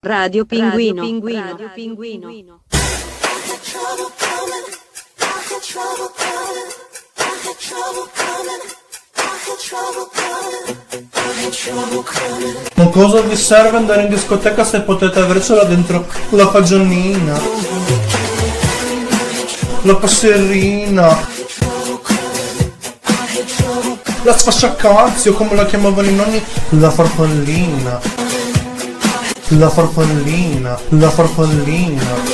Radio Pinguino. Radio Pinguino. Ma cosa vi serve andare in discoteca se potete avercela dentro la fagiolina, la passerina, la sfasciacazio come la chiamavano i nonni, la farfallina, la farfallina, la farfallina.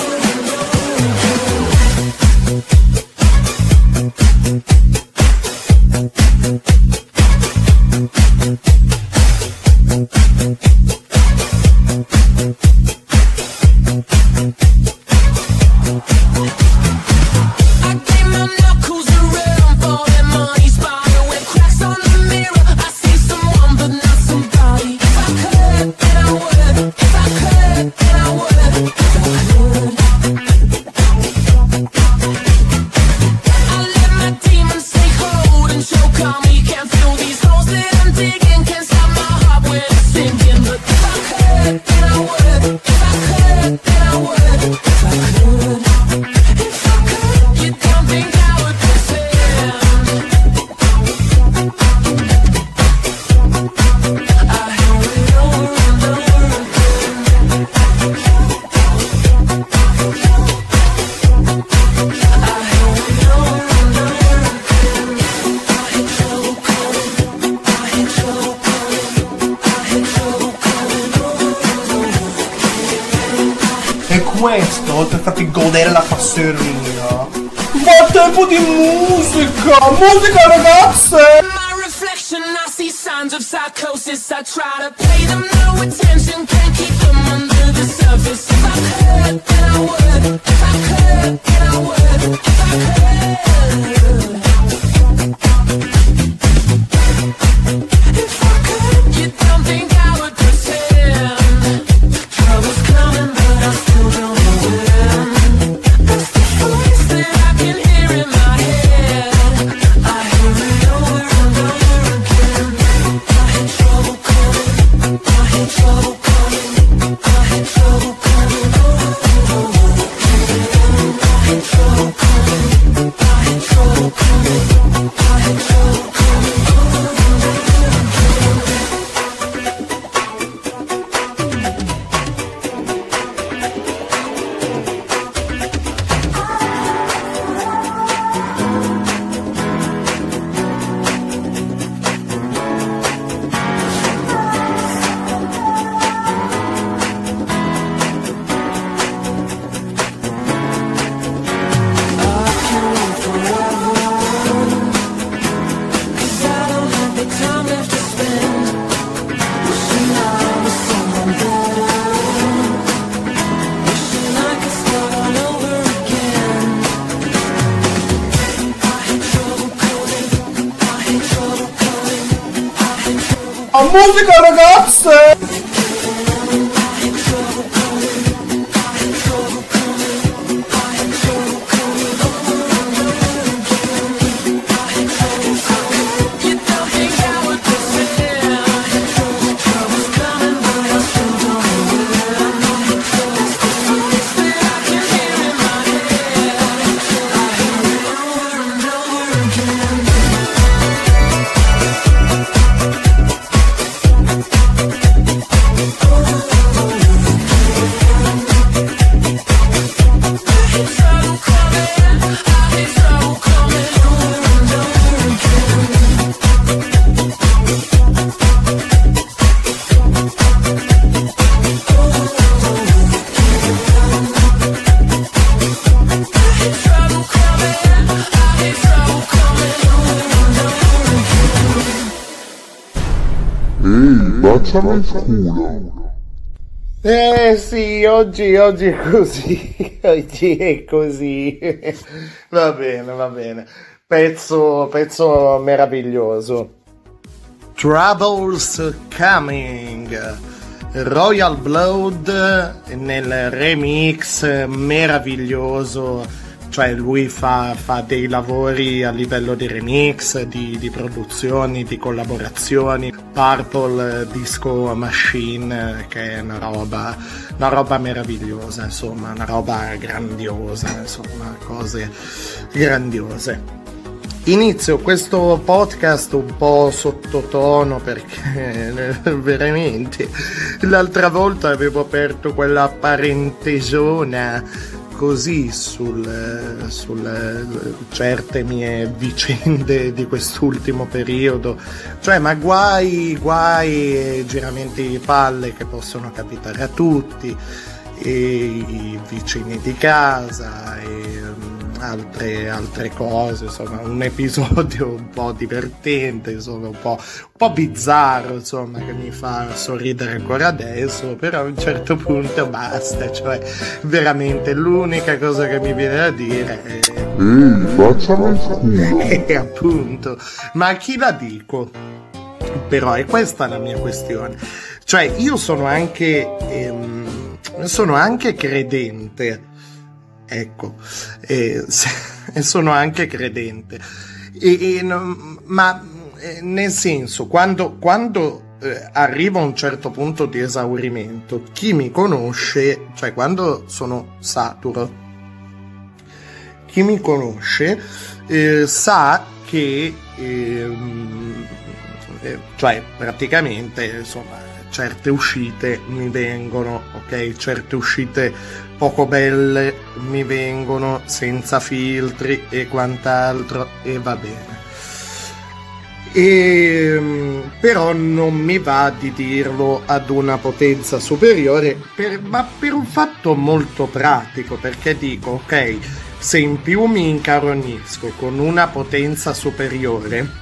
Questo per farti godere la passerina. Ma tempo di musica! Musica, ragazze! My reflection, I see signs of psychosis. I try to pay them no attention, can't keep them under the surface. If I could, then I would. If I could, then I would. If I could. If I could, you don't think I would pretend. Trouble's coming, but I still don't know when. That's the voice that I can hear in my head. I hear it over and over again. I had trouble coming. I had trouble coming. I had trouble coming. I had trouble coming. I had trouble coming. I had trouble coming. A musica, ragazze! Baciami il culo. Sì, oggi è così. Oggi è così. Va bene. Pezzo meraviglioso. Troubles Coming. Royal Blood nel remix meraviglioso. Cioè lui fa dei lavori a livello di remix, di produzioni, di collaborazioni Purple Disco Machine, che è una roba meravigliosa, insomma, una roba grandiosa, insomma, cose grandiose. Inizio questo podcast un po' sottotono perché veramente l'altra volta avevo aperto quella parentesona così sul certe mie vicende di quest'ultimo periodo, cioè ma guai e giramenti di palle che possono capitare a tutti, e i vicini di casa e altre cose, insomma un episodio un po' divertente, insomma un po' bizzarro, insomma, che mi fa sorridere ancora adesso, però a un certo punto basta, cioè veramente l'unica cosa che mi viene da dire è baciami il culo. e appunto, ma a chi la dico? Però è questa la mia questione, cioè io sono anche credente, ecco, sono anche credente, ma nel senso, quando arrivo a un certo punto di esaurimento, chi mi conosce, cioè quando sono saturo, chi mi conosce sa che cioè praticamente, insomma, certe uscite mi vengono, ok? Certe uscite poco belle mi vengono senza filtri e quant'altro, e va bene. Però non mi va di dirlo ad una potenza superiore, ma per un fatto molto pratico, perché dico, ok, se in più mi incaronisco con una potenza superiore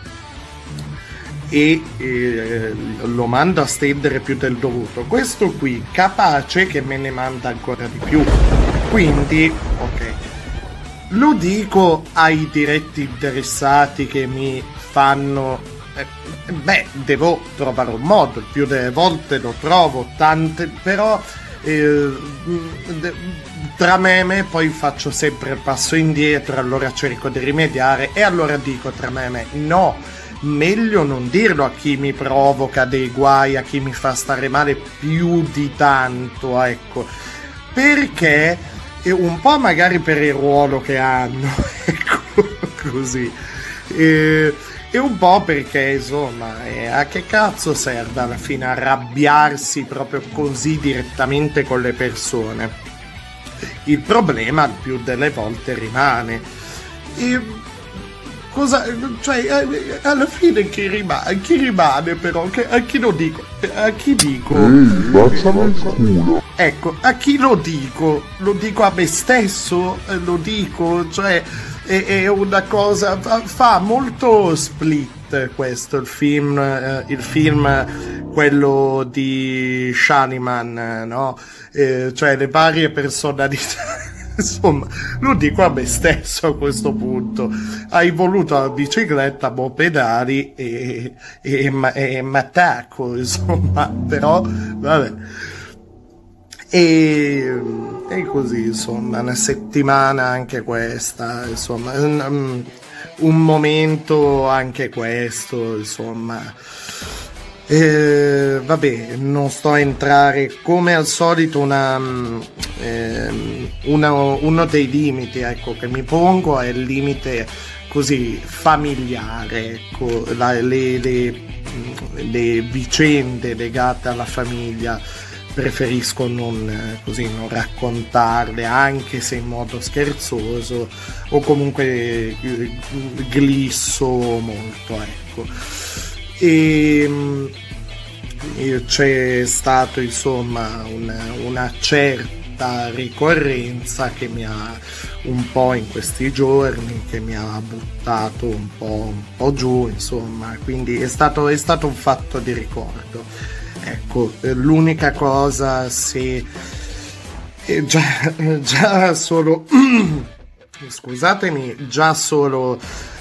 e lo mando a stendere più del dovuto, questo qui capace che me ne manda ancora di più, quindi ok, lo dico ai diretti interessati che mi fanno devo trovare un modo, il più delle volte lo trovo, tante, però tra me poi faccio sempre il passo indietro, allora cerco di rimediare e allora dico tra me no, meglio non dirlo a chi mi provoca dei guai, a chi mi fa stare male più di tanto, ecco, perché un po' magari per il ruolo che hanno, ecco, così, e un po' perché insomma a che cazzo serve alla fine arrabbiarsi proprio così direttamente con le persone? Il problema il più delle volte rimane, cosa, cioè alla fine chi rimane però, a chi lo dico, a chi dico Baciami il culo. ecco, a chi lo dico a me stesso, lo dico, cioè è una cosa, fa molto Split questo, il film quello di Shaliman, no? Cioè le varie personalità. Insomma, lo dico a me stesso a questo punto. Hai voluto la bicicletta, pedali e m'attacco, insomma, però vabbè. E così, insomma, una settimana anche questa, insomma, un momento anche questo, insomma. Vabbè, non sto a entrare, come al solito uno dei limiti, ecco, che mi pongo è il limite così familiare, ecco, le vicende legate alla famiglia preferisco non raccontarle, anche se in modo scherzoso, o comunque glisso molto, ecco. E c'è stato insomma una certa ricorrenza che mi ha un po' in questi giorni, che mi ha buttato un po' giù, insomma, quindi è stato un fatto di ricordo, ecco. L'unica cosa, se già solo scusatemi, già solo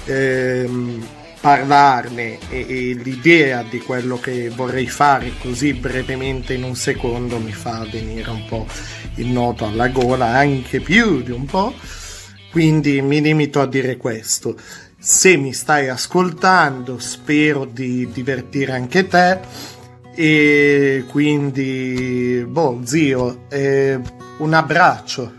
parlarne e l'idea di quello che vorrei fare così brevemente in un secondo mi fa venire un po' il nodo alla gola, anche più di un po', quindi mi limito a dire questo. se mi stai ascoltando, spero di divertire anche te, e quindi, zio, un abbraccio.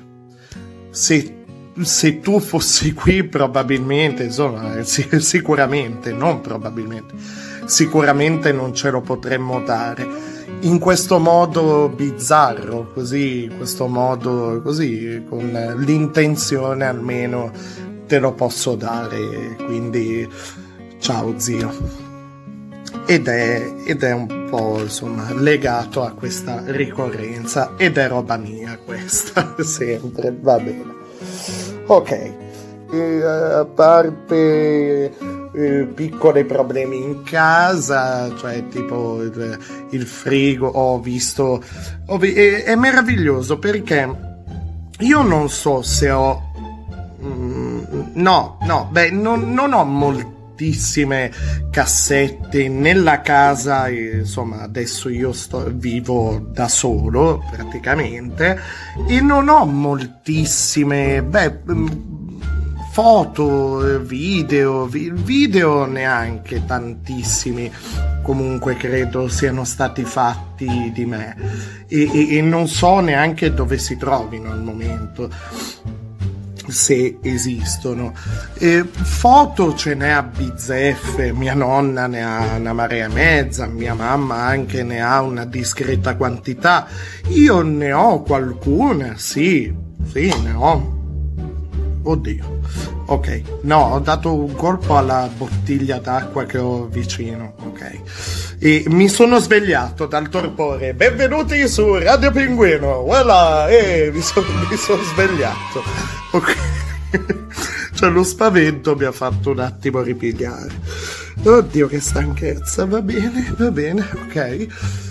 Se tu fossi qui, probabilmente, insomma, sicuramente, non probabilmente, sicuramente non ce lo potremmo dare in questo modo bizzarro, così, in questo modo così, con l'intenzione almeno te lo posso dare, quindi ciao zio. Ed è un po', insomma, legato a questa ricorrenza, ed è roba mia questa, sempre, va bene. Ok, a parte piccoli problemi in casa, cioè tipo il frigo, ho visto, è meraviglioso perché io non so se ho, non ho moltissime cassette nella casa, insomma adesso io vivo da solo praticamente e non ho moltissime foto, video neanche tantissimi, comunque credo siano stati fatti di me e non so neanche dove si trovino al momento, se esistono. Foto ce n'è a bizzeffe, mia nonna ne ha una marea e mezza, mia mamma anche ne ha una discreta quantità, io ne ho qualcuna, sì ne ho. Oddio, ok, no, ho dato un colpo alla bottiglia d'acqua che ho vicino, ok, e mi sono svegliato dal torpore. Benvenuti su Radio Pinguino, voilà, mi sono svegliato, ok. Cioè lo spavento mi ha fatto un attimo ripigliare. Oddio che stanchezza, va bene, ok.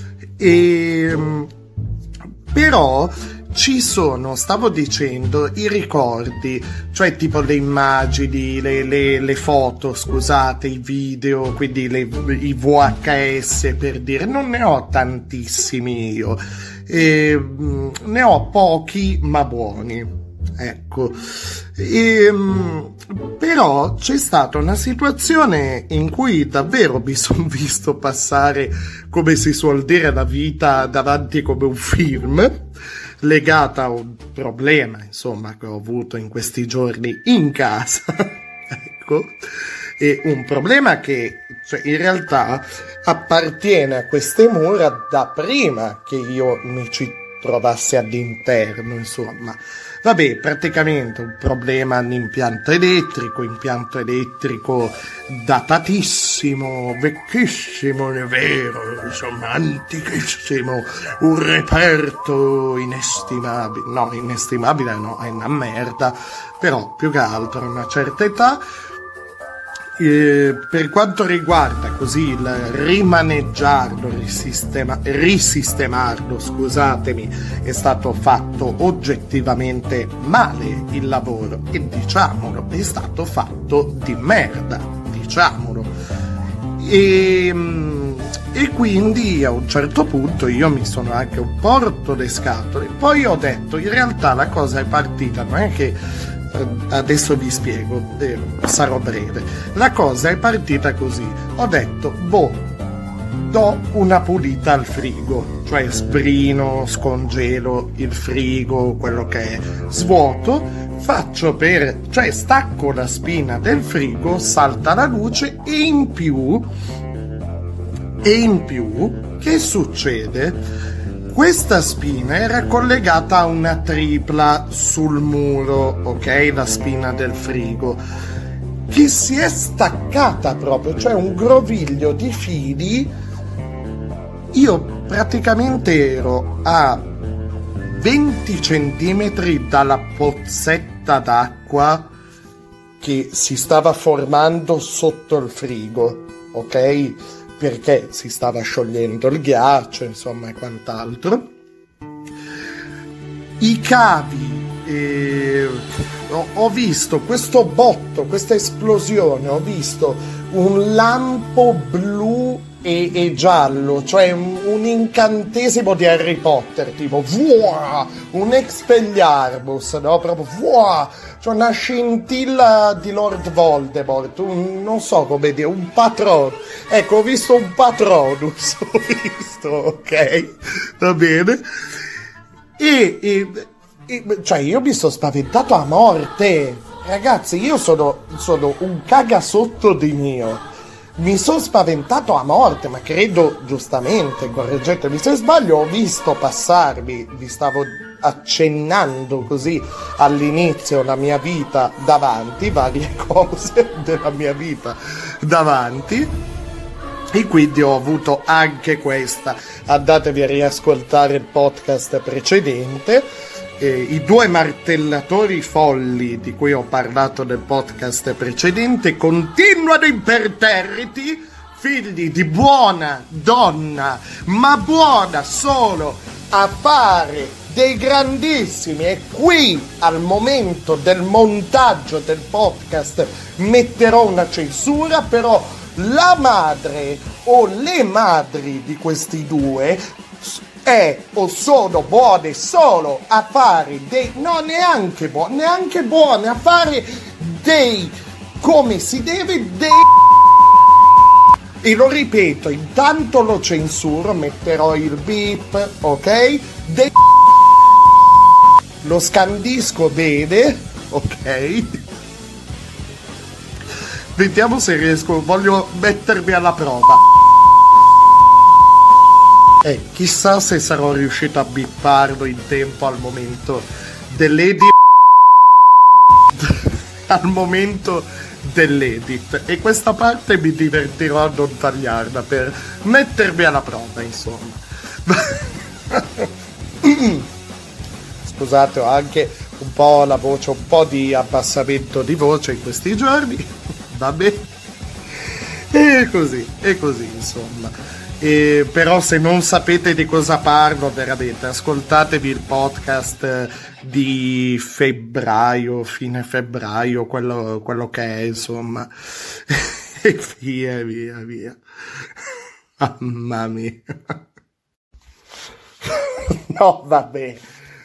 Però ci sono, stavo dicendo, i ricordi, cioè tipo le immagini, le foto, scusate, i video, quindi i VHS, per dire, non ne ho tantissimi io, ne ho pochi ma buoni. Ecco, però c'è stata una situazione in cui davvero mi sono visto passare, come si suol dire, la vita davanti come un film, legata a un problema, insomma, che ho avuto in questi giorni in casa, ecco, e un problema che, cioè, in realtà appartiene a queste mura da prima che io mi ci trovassi all'interno, insomma. Vabbè, praticamente un problema all'impianto elettrico datatissimo, vecchissimo, è vero, insomma, antichissimo, un reperto inestimabile no, è una merda, però più che altro a una certa età. Per quanto riguarda così il risistemarlo, scusatemi, è stato fatto oggettivamente male il lavoro, e diciamolo, è stato fatto di merda, diciamolo, e quindi a un certo punto io mi sono anche un po' rotto le scatole. Poi ho detto, in realtà la cosa è partita, non è che adesso vi spiego, sarò breve. La cosa è partita così: ho detto, do una pulita al frigo, cioè sprino, scongelo il frigo, quello che è, svuoto, cioè stacco la spina del frigo, salta la luce, e in più che succede? Questa spina era collegata a una tripla sul muro, ok? La spina del frigo, che si è staccata proprio, cioè un groviglio di fili. Io praticamente ero a 20 centimetri dalla pozzetta d'acqua che si stava formando sotto il frigo, ok? Perché si stava sciogliendo il ghiaccio, insomma, e quant'altro. I cavi, ho visto questo botto, questa esplosione, ho visto un lampo blu e giallo, cioè un incantesimo di Harry Potter, tipo vuah, un Expelliarmus, no? Proprio vuah, cioè una scintilla di Lord Voldemort, non so come dire, un patron. Ecco, ho visto un Patronus, ho visto, ok? Va bene? Cioè io mi sono spaventato a morte, ragazzi, io sono un cagasotto di mio. Mi sono spaventato a morte, ma credo giustamente, correggetemi se sbaglio, ho visto passarmi, vi stavo accennando così all'inizio la mia vita davanti, varie cose della mia vita davanti, e quindi ho avuto anche questa. Andatevi a riascoltare il podcast precedente. I due martellatori folli di cui ho parlato nel podcast precedente continuano imperterriti, figli di buona donna, ma buona solo a fare dei grandissimi, e qui al momento del montaggio del podcast metterò una censura, però la madre o le madri di questi due o sono buone solo a fare dei, no, neanche buone a fare dei, come si deve, dei, e lo ripeto, intanto lo censuro, metterò il beep, ok, dei, lo scandisco bene, ok, vediamo se riesco, voglio mettermi alla prova. Chissà se sarò riuscito a bipparlo in tempo al momento dell'edit. Al momento dell'edit. E questa parte mi divertirò a non tagliarla per mettermi alla prova, insomma. Scusate, ho anche un po' la voce, un po' di abbassamento di voce in questi giorni. Vabbè. E così, insomma. Però se non sapete di cosa parlo, veramente ascoltatevi il podcast di febbraio, fine febbraio, quello che è, insomma, e via. Mamma mia. No, vabbè.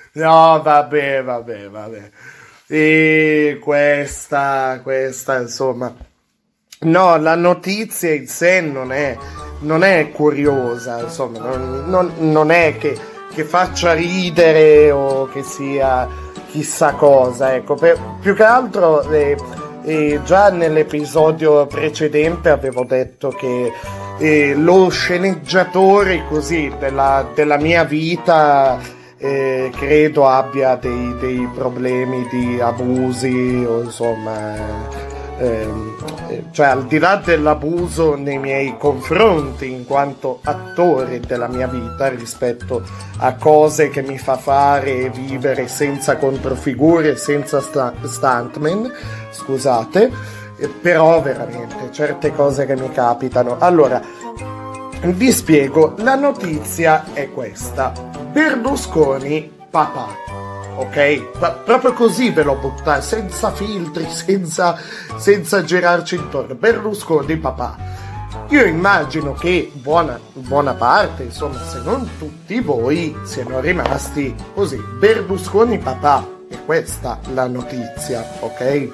E questa, insomma, no, la notizia in sé non è curiosa, insomma, non è che faccia ridere o che sia chissà cosa, ecco, più che altro già nell'episodio precedente avevo detto che lo sceneggiatore così della mia vita credo abbia dei problemi di abusi o insomma cioè al di là dell'abuso nei miei confronti in quanto attore della mia vita rispetto a cose che mi fa fare e vivere senza controfigure, senza stuntman, scusate, però veramente certe cose che mi capitano. Allora vi spiego, la notizia è questa: Berlusconi papà. Ok? Proprio così ve l'ho buttato, senza filtri, senza girarci intorno. Berlusconi papà. Io immagino che buona parte, insomma, se non tutti voi siano rimasti così. Berlusconi papà. E questa la notizia, ok?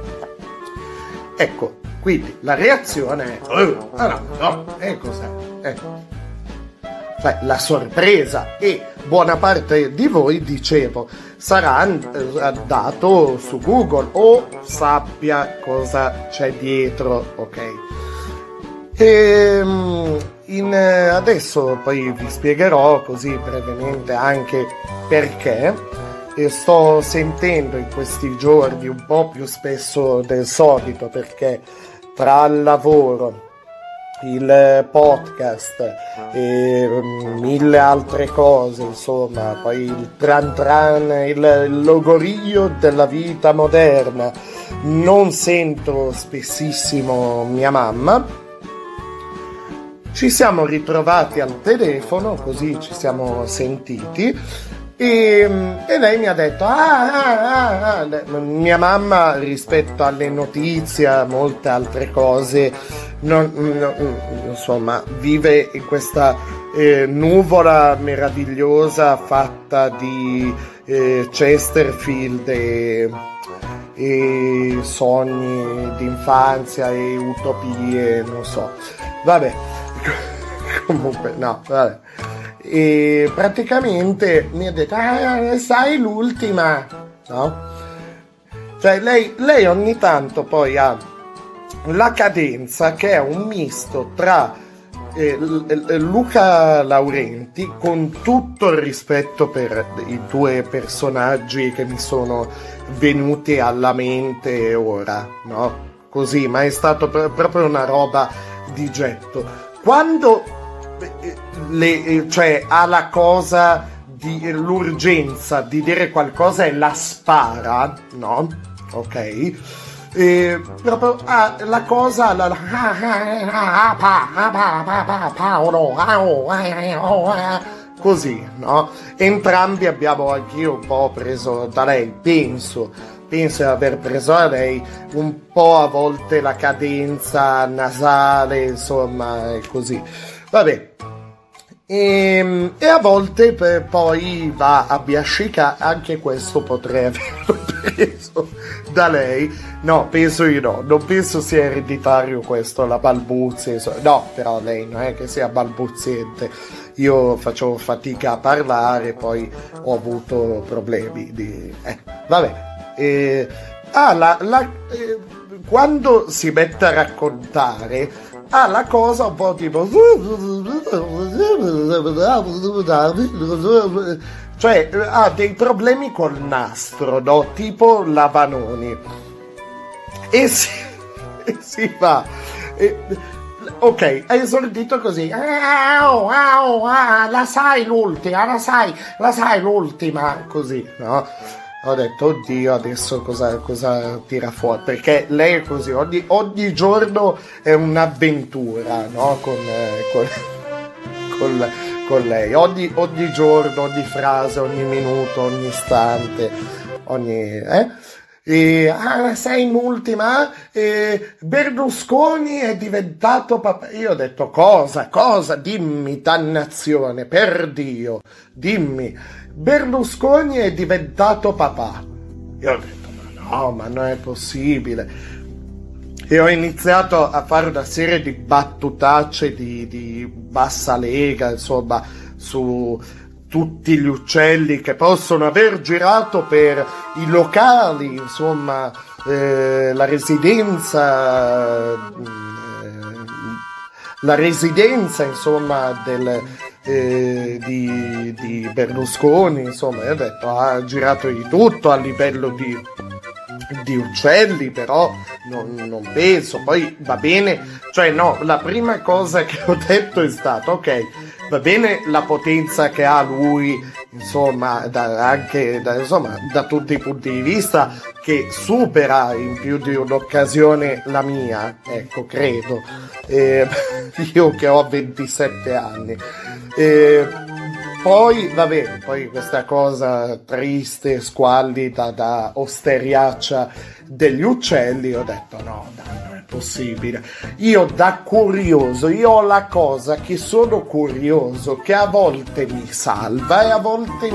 Ecco, quindi la reazione è cos'è? Cioè, la sorpresa, e buona parte di voi, dicevo, sarà andato su Google o sappia cosa c'è dietro, ok? Adesso poi vi spiegherò così brevemente anche perché sto sentendo in questi giorni un po' più spesso del solito, perché tra il lavoro, il podcast e mille altre cose, insomma, poi il tran il logorio della vita moderna, non sento spessissimo mia mamma. Ci siamo ritrovati al telefono, così ci siamo sentiti, e lei mi ha detto mia mamma rispetto alle notizie, a molte altre cose, insomma, vive in questa nuvola meravigliosa fatta di Chesterfield e sogni d'infanzia e utopie, non so. Vabbè, comunque, no, vabbè. E praticamente mi ha detto, sai l'ultima, no? Cioè lei ogni tanto poi ha la cadenza che è un misto tra Luca Laurenti, con tutto il rispetto per i due personaggi che mi sono venuti alla mente ora, no? Così, ma è stato proprio una roba di getto. Quando cioè ha la cosa di l'urgenza di dire qualcosa e la spara, no? Ok? Proprio la cosa così, no? Entrambi abbiamo, anch'io un po' preso da lei, penso di aver preso da lei un po' a volte la cadenza nasale, insomma, e così, vabbè. E a volte poi va a biascicare, anche questo potrei averlo preso da lei, no, penso io no, non penso sia ereditario questo, la balbuzia, no, però lei non è che sia balbuziente, io facevo fatica a parlare, poi ho avuto problemi di... vabbè, quando si mette a raccontare la cosa un po' tipo, cioè ha dei problemi col nastro, no? Tipo la Vanoni, e si fa ok, hai esordito così, la sai l'ultima, così, no? Ho detto, oddio, adesso cosa tira fuori? Perché lei è così, ogni giorno è un'avventura, no? Con lei. Ogni giorno, ogni frase, ogni minuto, ogni istante, sei l'ultima? Berlusconi è diventato papà. Io ho detto, cosa? Dimmi, dannazione, per Dio, dimmi. Berlusconi è diventato papà. Io ho detto, ma non è possibile. E ho iniziato a fare una serie di battutacce di bassa lega, insomma, su tutti gli uccelli che possono aver girato per i locali, insomma, la residenza, insomma, di Berlusconi, insomma. Io ho detto, ha girato di tutto a livello di uccelli, però non penso, poi va bene, cioè no, la prima cosa che ho detto è stata, ok, va bene la potenza che ha lui, insomma, anche da tutti i punti di vista, che supera in più di un'occasione la mia, ecco, credo, io che ho 27 anni. Poi, vabbè, poi questa cosa triste, squallida da osteriaccia degli uccelli, ho detto no, dai, non è possibile. Io da curioso, io ho la cosa che sono curioso, che a volte mi salva e a volte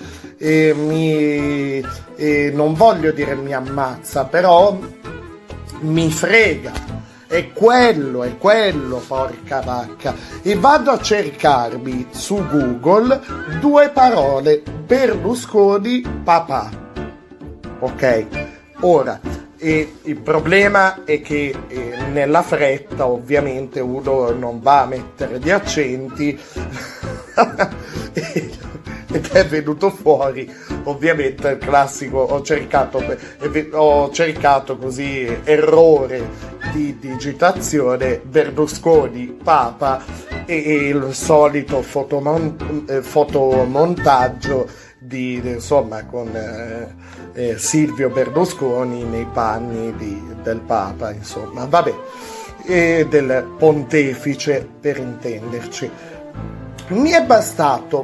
non voglio dire mi ammazza, però mi frega. È quello, porca vacca. E vado a cercarmi su Google 2 parole: Berlusconi papà. Ok, ora, il problema è che nella fretta ovviamente uno non va a mettere gli accenti ed è venuto fuori ovviamente il classico, ho cercato così, errore di digitazione, Berlusconi papa, e il solito fotomontaggio insomma, con Silvio Berlusconi nei panni del papa, insomma, vabbè, e del pontefice, per intenderci. Mi è bastato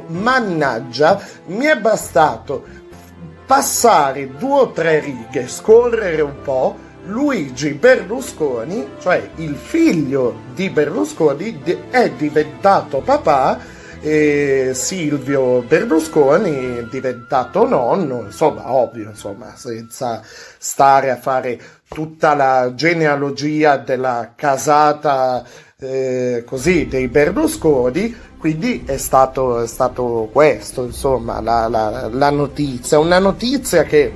passare 2 o 3 righe, scorrere un po', Luigi Berlusconi, cioè il figlio di Berlusconi, è diventato papà, e Silvio Berlusconi è diventato nonno, insomma, ovvio, insomma, senza stare a fare tutta la genealogia della casata così dei Berlusconi. Quindi è stato questo, insomma, la notizia, una notizia che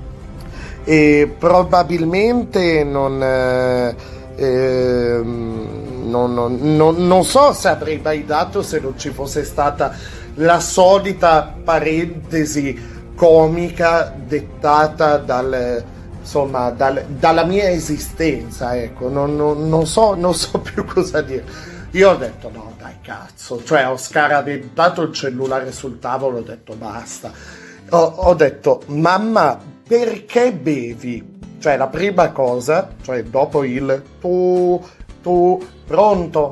probabilmente non so se avrei mai dato se non ci fosse stata la solita parentesi comica dettata dalla mia esistenza, ecco. Non so più cosa dire. Io ho detto no dai, cazzo, cioè ho scaraventato il cellulare sul tavolo, ho detto basta. Ho detto mamma, perché bevi? Cioè la prima cosa, cioè dopo il tu pronto,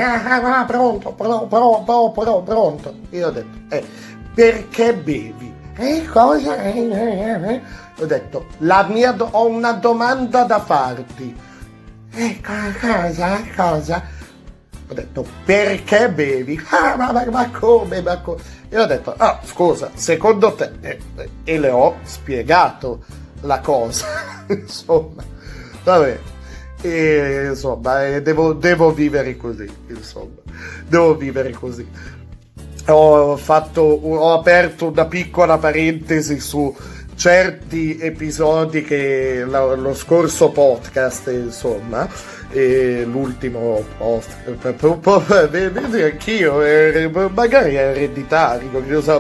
pronto. Io ho detto perché bevi? Cosa? Ho detto ho una domanda da farti. Cosa? Ho detto perché bevi? Ma come? E ho detto scusa, secondo te? E le ho spiegato la cosa. Insomma, vabbè. E insomma, devo vivere così. Ho aperto una piccola parentesi su certi episodi che lo scorso podcast, insomma, l'ultimo post, vedi anch'io, magari è ereditario,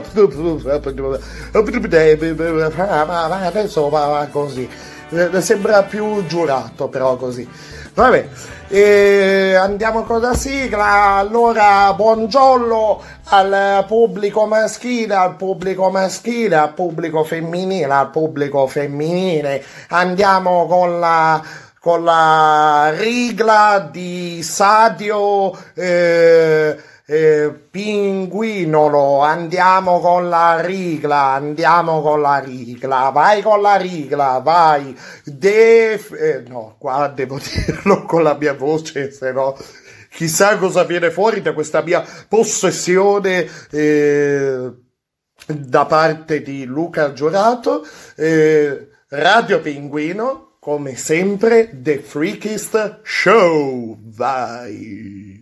adesso va così, sembra più giurato, però così. Vabbè, andiamo con la sigla. Allora, buongiorno al pubblico maschile, al pubblico femminile, al pubblico femminile. Andiamo con la sigla di Sadio Pinguinolo. Andiamo con la sigla, vai con la sigla, vai. No, qua devo dirlo con la mia voce, se no chissà cosa viene fuori da questa mia possessione da parte di Luca Giurato. Radio Pinguino, come sempre, The Freakist Show, vai.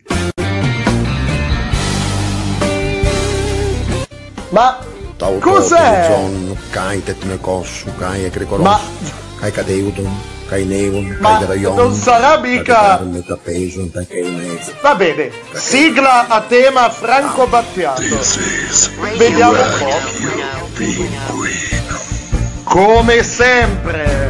Ma cos'è? Ma non sarà mica. Va bene, sigla a tema Franco Battiato. Vediamo un po'. Come sempre.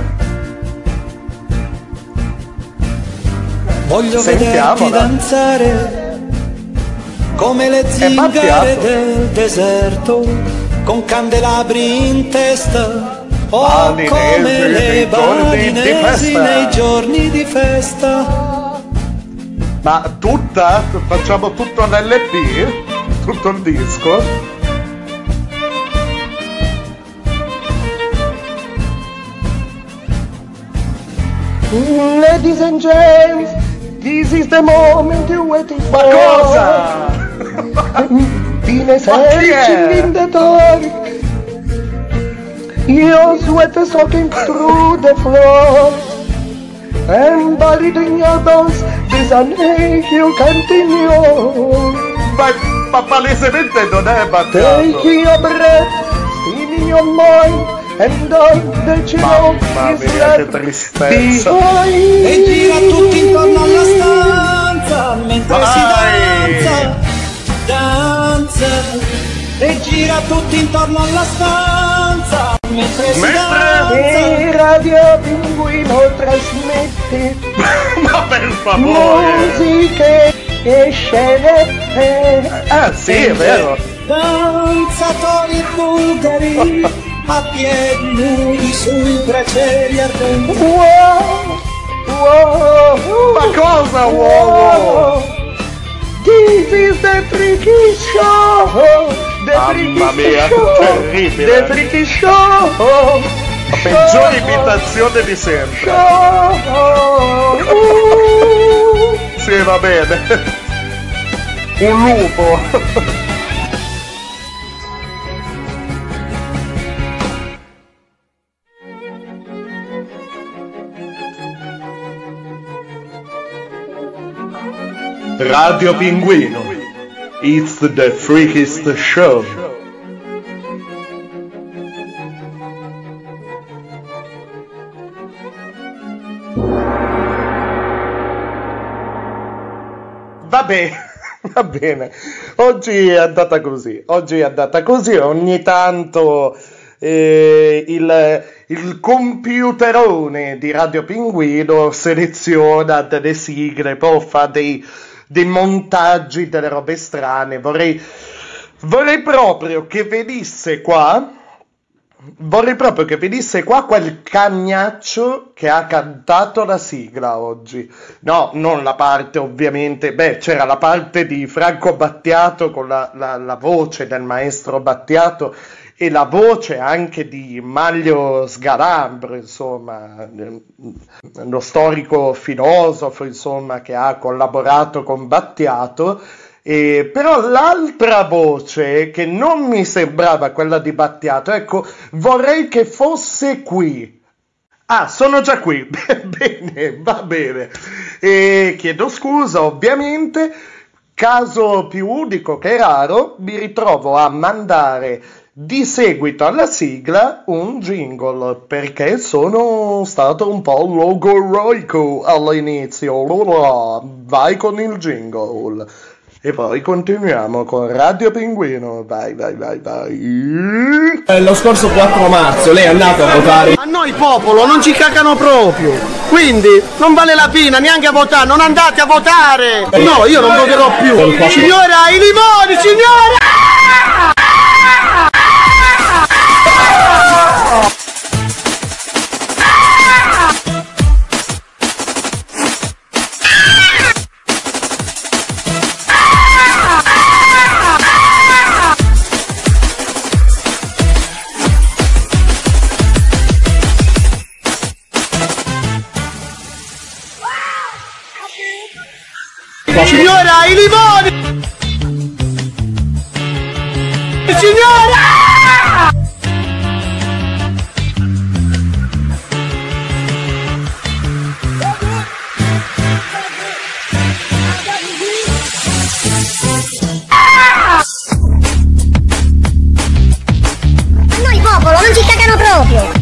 Voglio vederti danzare come le zingare del deserto, con candelabri in testa, o come le balinesi nei giorni di festa. Ma tutta? Facciamo tutto l'LP? Tutto il disco? Ladies and gents, this is the moment you waiting for. Ma cosa? Been searching in the dark, your sweat is soaking through the floor, and buried in your bones there's an ache you can't ignore. Ma palesemente non è Battiato. Take your breath in your mind and all that you know is left behind. E gira tutti intorno alla stanza mentre si danza. E gira tutti intorno alla stanza mentre si danza. E Radio Pinguino trasmette Ma per favore. musiche e scene. Sì, è vero. Danzatori bulgari a piedi nudi sui bracieri ardenti. Ma cosa, uomo? This is the Freaky Show. The Mamma Freaky mia, Show. terribile. The Freaky Show. Peggiore imitazione di sempre. Sì, va bene. Un lupo. Radio Pinguino. It's the freakiest show. Va bene, oggi è andata così, ogni tanto il computerone di Radio Pinguino seleziona delle sigle, poi fa dei montaggi, delle robe strane. Vorrei proprio che venisse qua quel cagnaccio che ha cantato la sigla oggi. No, non la parte ovviamente, c'era la parte di Franco Battiato con la voce del maestro Battiato e la voce anche di Maglio Sgarambro, insomma, lo storico filosofo, insomma, che ha collaborato con Battiato. Però l'altra voce, che non mi sembrava quella di Battiato, ecco, vorrei che fosse qui. Ah, sono già qui. Bene, va bene. Chiedo scusa, ovviamente. Caso più unico che raro, mi ritrovo a mandare di seguito alla sigla un jingle, perché sono stato un po' logoroico all'inizio. Allora, vai con il jingle. E poi continuiamo con Radio Pinguino. Vai. Lo scorso 4 marzo lei è andato a votare. A noi popolo non ci cagano proprio. Quindi non vale la pena neanche a votare. Non andate a votare. No, io non voterò più. Signora, i limoni, signora! Signora, i limoni! Signora! Noi popolo non ci cagano proprio!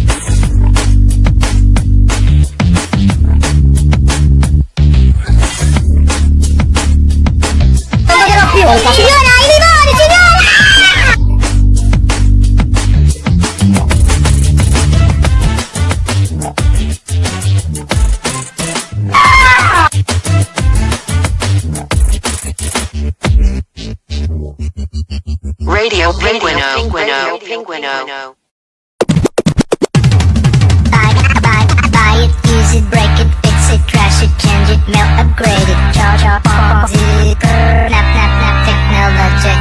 Signora, i limoni, Radio Pinguino. Buy it, use it, break it, fix it, trash it, change it, mail, upgrade it, charge, pause it, nap, technology.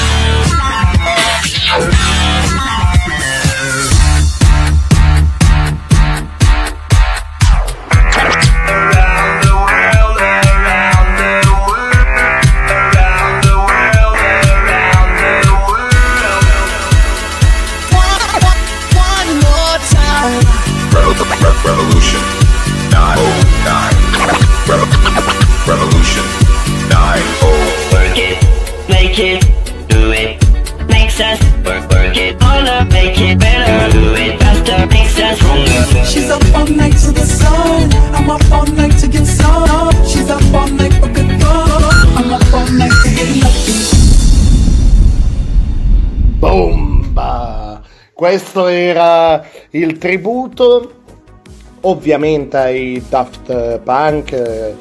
Revolution 909. Revolution 909. Work it, make it, do it. Makes us work it harder, make it better, do it faster, makes us stronger. She's up all night to the sun. I'm up all night to get some. She's up all night for good fun. I'm up all night to get lucky. Bomba! Questo era il tributo ovviamente ai Daft Punk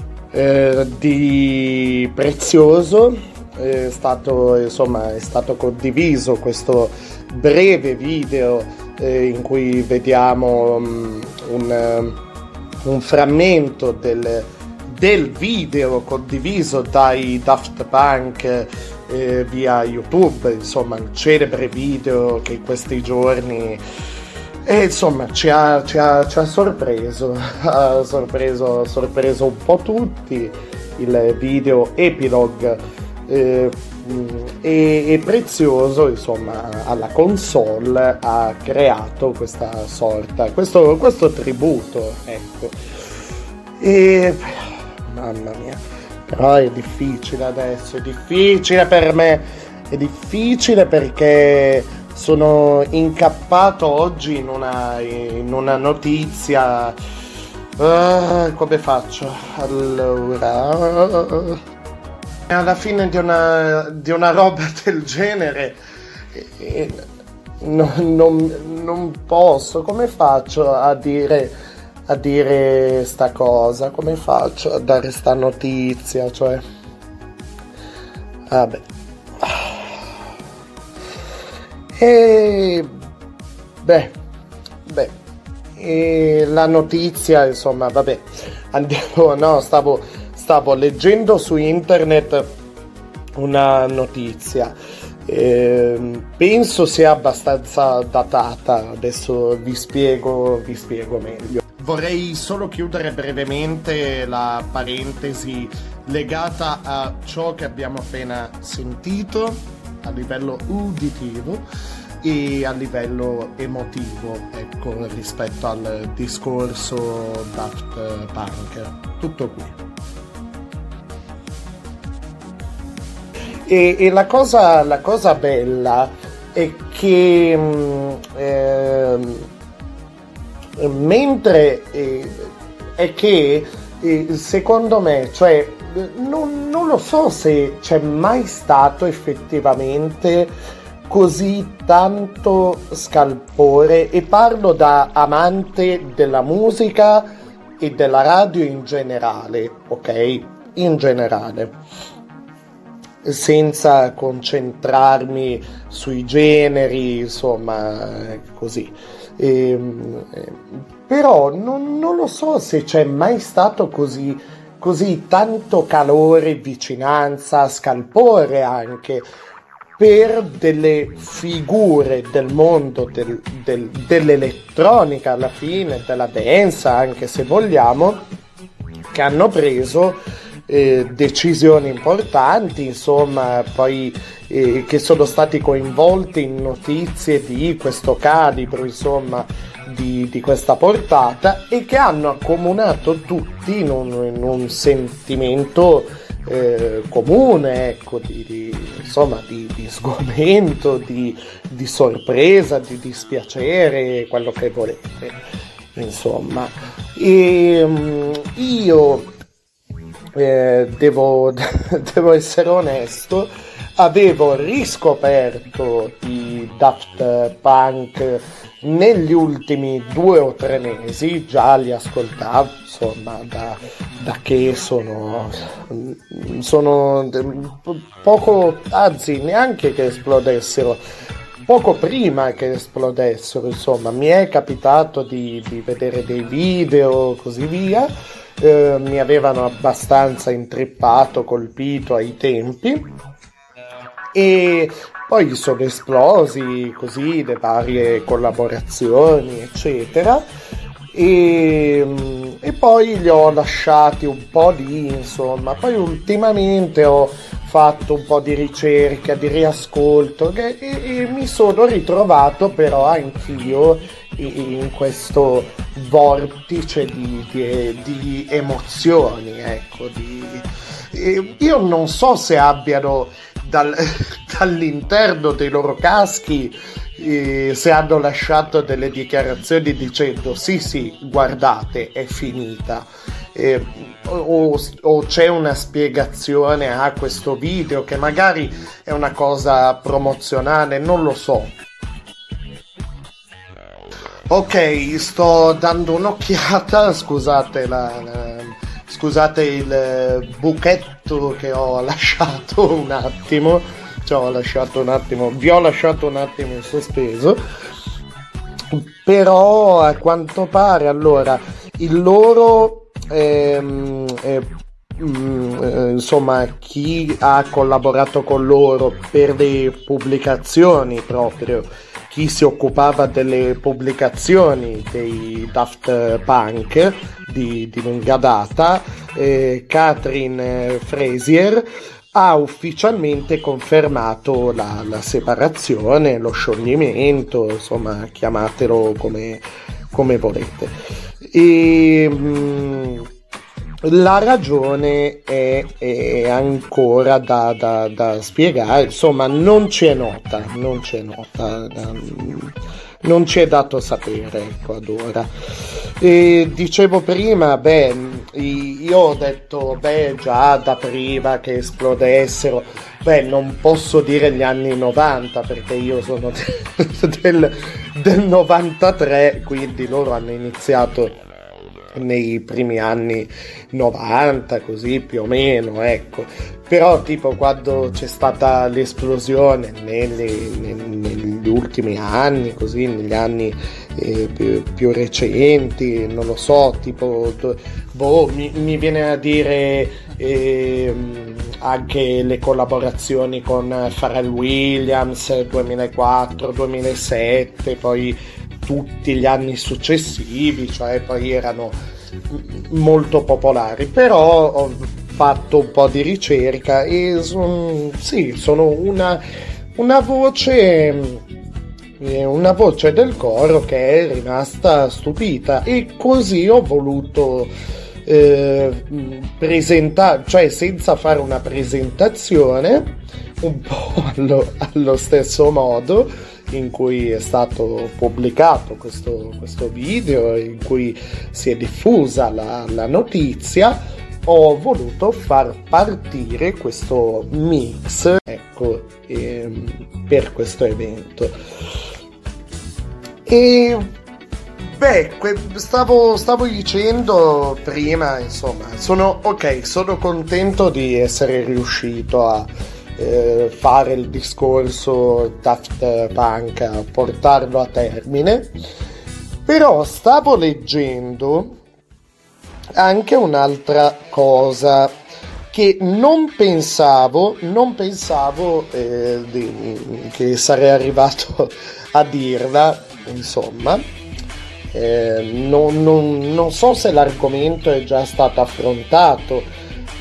di Prezioso. È stato condiviso questo breve video in cui vediamo un frammento del video condiviso dai Daft Punk via YouTube, insomma il celebre video che in questi giorni E insomma ci ha sorpreso, ha sorpreso un po' tutti. Il video epilogue e Prezioso, insomma, alla console ha creato questa sorta, questo tributo, ecco. E mamma mia, però è difficile adesso, è difficile per me, è difficile perché sono incappato oggi in una notizia. Come faccio? Allora, alla fine di una roba del genere non posso. Come faccio a dire sta cosa? Come faccio a dare sta notizia? Cioè, vabbè. E e la notizia, insomma, vabbè, andiamo, no, stavo leggendo su internet una notizia, penso sia abbastanza datata, adesso vi spiego meglio. Vorrei solo chiudere brevemente la parentesi legata a ciò che abbiamo appena sentito a livello uditivo e a livello emotivo, ecco, rispetto al discorso Daft Punk. Tutto qui. E la cosa bella è che mentre è che secondo me, cioè non lo so se c'è mai stato effettivamente così tanto scalpore, e parlo da amante della musica e della radio in generale, ok? In generale, senza concentrarmi sui generi, insomma, così. Però non lo so se c'è mai stato così tanto calore, vicinanza, scalpore anche per delle figure del mondo dell'elettronica, alla fine, della dance, anche se vogliamo, che hanno preso decisioni importanti, insomma, poi che sono stati coinvolti in notizie di questo calibro, insomma, di questa portata, e che hanno accomunato tutti in un sentimento comune, ecco, di sgomento, di sorpresa, di dispiacere, quello che volete, insomma. E io devo essere onesto, avevo riscoperto i Daft Punk negli ultimi 2 o 3 mesi, già li ascoltavo, insomma, da che sono poco, anzi neanche che esplodessero, poco prima che esplodessero, insomma, mi è capitato di vedere dei video, così via, mi avevano abbastanza intrippato, colpito ai tempi, e poi sono esplosi così le varie collaborazioni, eccetera, e poi li ho lasciati un po' lì, insomma. Poi ultimamente ho fatto un po' di ricerca, di riascolto, e mi sono ritrovato però anch'io in questo vortice di emozioni, ecco, io non so se abbiano dall'interno dei loro caschi, se hanno lasciato delle dichiarazioni dicendo sì, guardate, è finita, o c'è una spiegazione a questo video, che magari è una cosa promozionale, non lo so. Ok, sto dando un'occhiata, scusate il buchetto che ho lasciato un attimo, vi ho lasciato un attimo in sospeso, però a quanto pare, allora, il loro insomma, chi ha collaborato con loro per le pubblicazioni proprio chi si occupava delle pubblicazioni dei Daft Punk di lunga data, Catherine Frazier, ha ufficialmente confermato la separazione, lo scioglimento, insomma, chiamatelo come volete. E la ragione è ancora da spiegare, insomma, non ci è nota, non ci è dato sapere, ecco, ad ora. E dicevo prima, io ho detto, già da prima che esplodessero, non posso dire gli anni 90 perché io sono del 93, quindi loro hanno iniziato nei primi anni 90, così più o meno, ecco. Però tipo quando c'è stata l'esplosione negli ultimi anni, così negli anni più recenti, non lo so, tipo mi viene a dire anche le collaborazioni con Pharrell Williams 2004-2007, poi tutti gli anni successivi, cioè poi erano molto popolari. Però ho fatto un po' di ricerca e sono una voce del coro che è rimasta stupita, e così ho voluto presentare, cioè senza fare una presentazione, un po' allo stesso modo in cui è stato pubblicato questo video, in cui si è diffusa la notizia, ho voluto far partire questo mix, ecco, per questo evento. E stavo dicendo prima, insomma, sono contento di essere riuscito a fare il discorso Daft Punk, a portarlo a termine. Però stavo leggendo anche un'altra cosa che non pensavo che sarei arrivato a dirla, insomma. Non so se l'argomento è già stato affrontato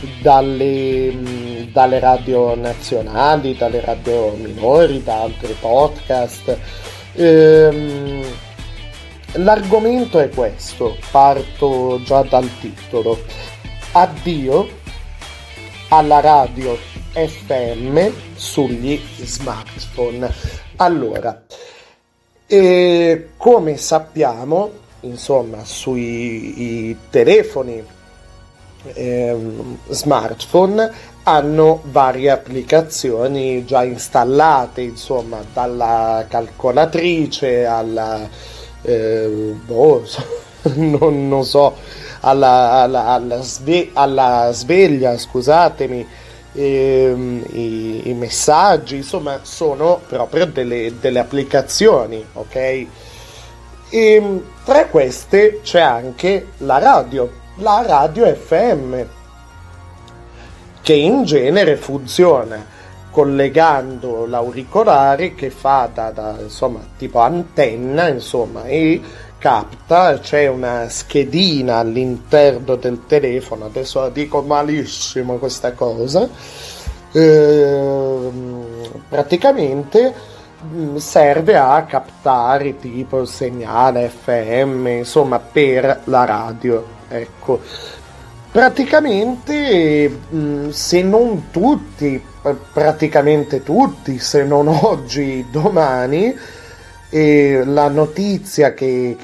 dalle radio nazionali, dalle radio minori, da altri podcast. L'argomento è questo, parto già dal titolo: addio alla radio FM sugli smartphone. Allora, come sappiamo, insomma, sui telefoni smartphone hanno varie applicazioni già installate, insomma, dalla calcolatrice alla non so, alla sveglia, scusatemi, i messaggi, insomma, sono proprio delle applicazioni, ok? E tra queste c'è anche la radio FM, che in genere funziona collegando l'auricolare, che fa da insomma tipo antenna, insomma, e capta, c'è una schedina all'interno del telefono, adesso la dico malissimo questa cosa, praticamente serve a captare tipo il segnale FM, insomma, per la radio, ecco. Praticamente, se non tutti, praticamente tutti, se non oggi, domani, la notizia che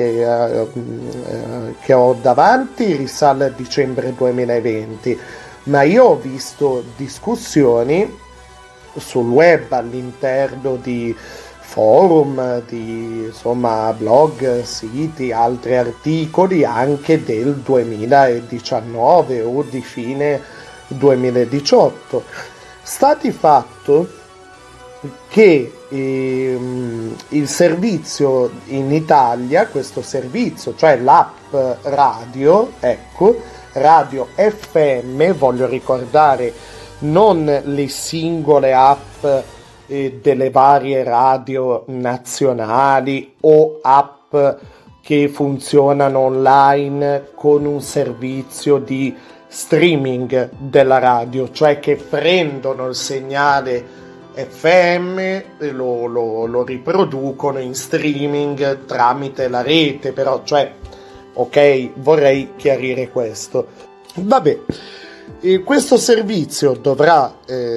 ho davanti risale a dicembre 2020, ma io ho visto discussioni sul web, all'interno di forum, di insomma blog, siti, altri articoli anche del 2019 o di fine 2018. Sta di fatto che il servizio in Italia, questo servizio, cioè l'app radio, ecco, radio FM, voglio ricordare, non le singole app delle varie radio nazionali o app che funzionano online con un servizio di streaming della radio, cioè che prendono il segnale FM e lo riproducono in streaming tramite la rete, però, cioè, ok, vorrei chiarire questo. Vabbè, questo servizio dovrà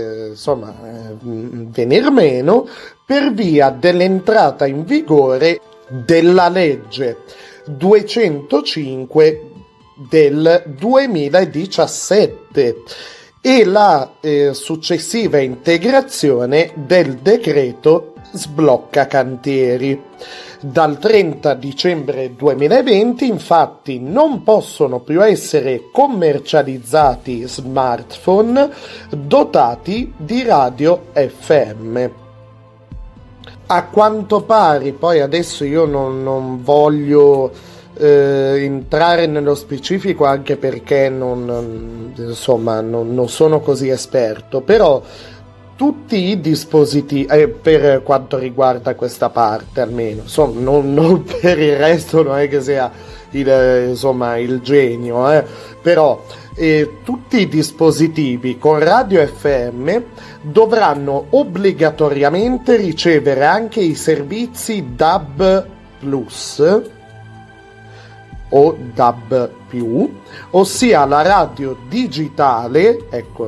venir meno per via dell'entrata in vigore della legge 205 del 2017 e la successiva integrazione del decreto sblocca cantieri. Dal 30 dicembre 2020 infatti non possono più essere commercializzati smartphone dotati di radio FM. A quanto pare, poi adesso io non voglio entrare nello specifico, anche perché non sono così esperto, però tutti i dispositivi, per quanto riguarda questa parte almeno, insomma, non per il resto, non è che sia il genio, però tutti i dispositivi con radio FM dovranno obbligatoriamente ricevere anche i servizi DAB+, o DAB+, ossia la radio digitale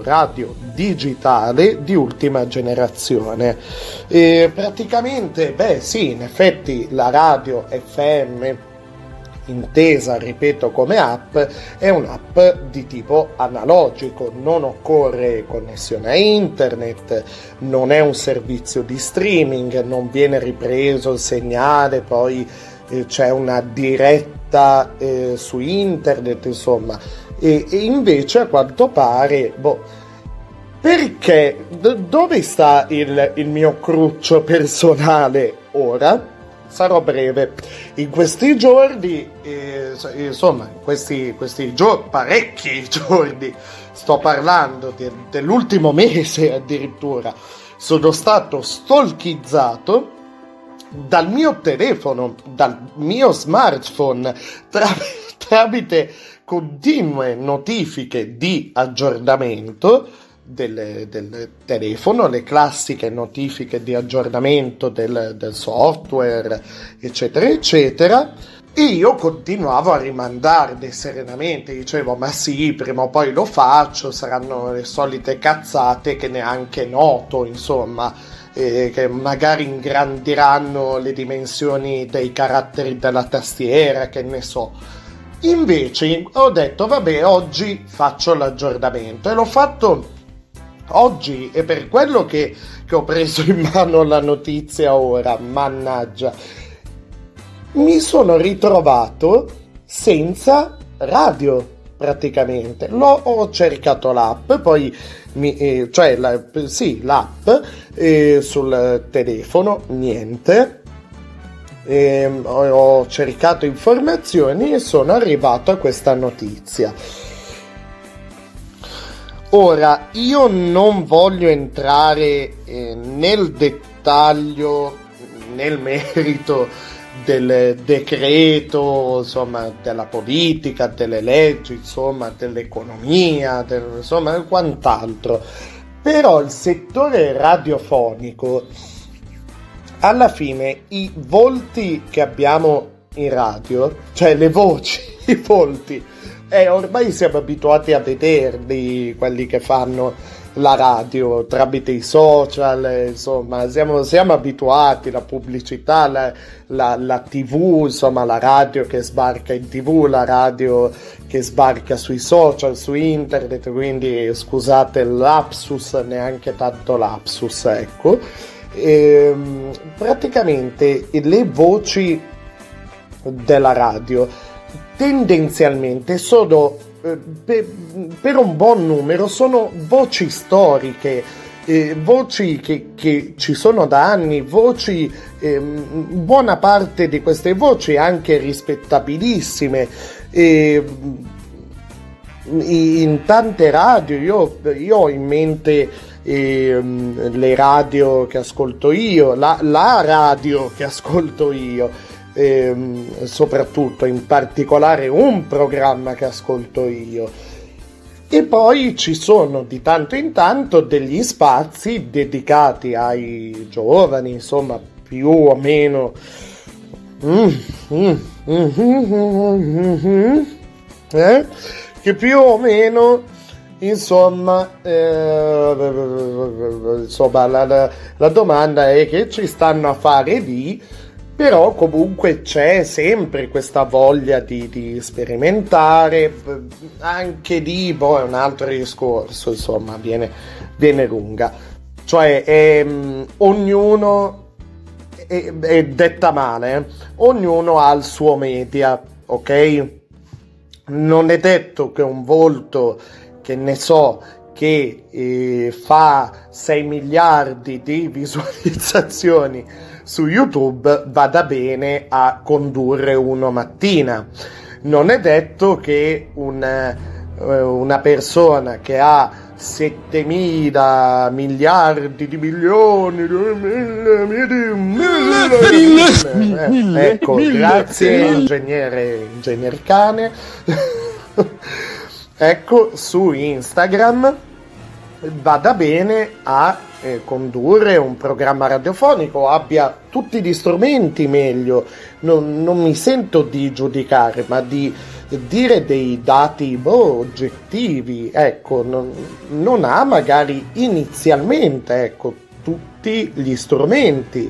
di ultima generazione. Praticamente, sì, in effetti la radio FM, intesa, ripeto, come app, è un'app di tipo analogico, non occorre connessione a internet, non è un servizio di streaming, non viene ripreso il segnale, poi c'è una diretta su internet, insomma, e invece a quanto pare, perché dove sta il mio cruccio personale ora? Sarò breve. In questi giorni, parecchi giorni, sto parlando dell'ultimo mese addirittura, sono stato stalkizzato dal mio telefono, dal mio smartphone, tramite continue notifiche di aggiornamento del telefono, le classiche notifiche di aggiornamento del software, eccetera eccetera, e io continuavo a rimandarle serenamente, dicevo ma sì, prima o poi lo faccio, saranno le solite cazzate che neanche noto, insomma, che magari ingrandiranno le dimensioni dei caratteri della tastiera, che ne so. Invece ho detto vabbè, oggi faccio l'aggiornamento, e l'ho fatto oggi, e per quello che ho preso in mano la notizia ora, mannaggia, mi sono ritrovato senza radio praticamente. Ho cercato l'app, poi l'app sul telefono, niente. Ho cercato informazioni e sono arrivato a questa notizia. Ora, io non voglio entrare nel dettaglio, nel merito del decreto, insomma, della politica, delle leggi, insomma, dell'economia, insomma, quant'altro. Però il settore radiofonico, alla fine, i volti che abbiamo in radio, cioè le voci, i volti, ormai siamo abituati a vederli, quelli che fanno la radio tramite i social, insomma, siamo abituati, la pubblicità, la TV, insomma, la radio che sbarca in TV, la radio che sbarca sui social, su internet, quindi scusate il lapsus, neanche tanto lapsus, ecco. Praticamente le voci della radio tendenzialmente sono, per un buon numero, sono voci storiche, voci che ci sono da anni, voci, buona parte di queste voci anche rispettabilissime, in tante radio. Io ho in mente le radio che ascolto io, la radio che ascolto io, soprattutto in particolare un programma che ascolto io. E poi ci sono di tanto in tanto degli spazi dedicati ai giovani, insomma, più o meno che più o meno, insomma, la domanda è che ci stanno a fare lì, però comunque c'è sempre questa voglia di sperimentare, anche lì poi è un altro discorso, insomma, viene lunga, cioè ognuno, è detta male, ognuno ha il suo media, ok? Non è detto che un volto, che ne so, che fa 6 miliardi di visualizzazioni su YouTube vada bene a condurre uno mattina. Non è detto che una persona che ha 7.000 miliardi di milioni ecco, grazie ingegner cane ecco, su Instagram vada bene a condurre un programma radiofonico, abbia tutti gli strumenti meglio, non mi sento di giudicare, ma di dire dei dati oggettivi, ecco, non ha magari inizialmente, ecco, tutti gli strumenti,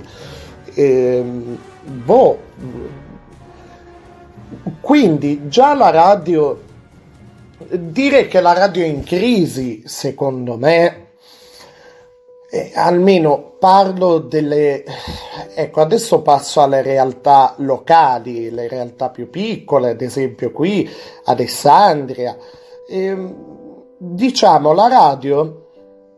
quindi già la radio, dire che la radio è in crisi, secondo me, almeno parlo delle, ecco, adesso passo alle realtà locali, le realtà più piccole, ad esempio qui Alessandria, diciamo la radio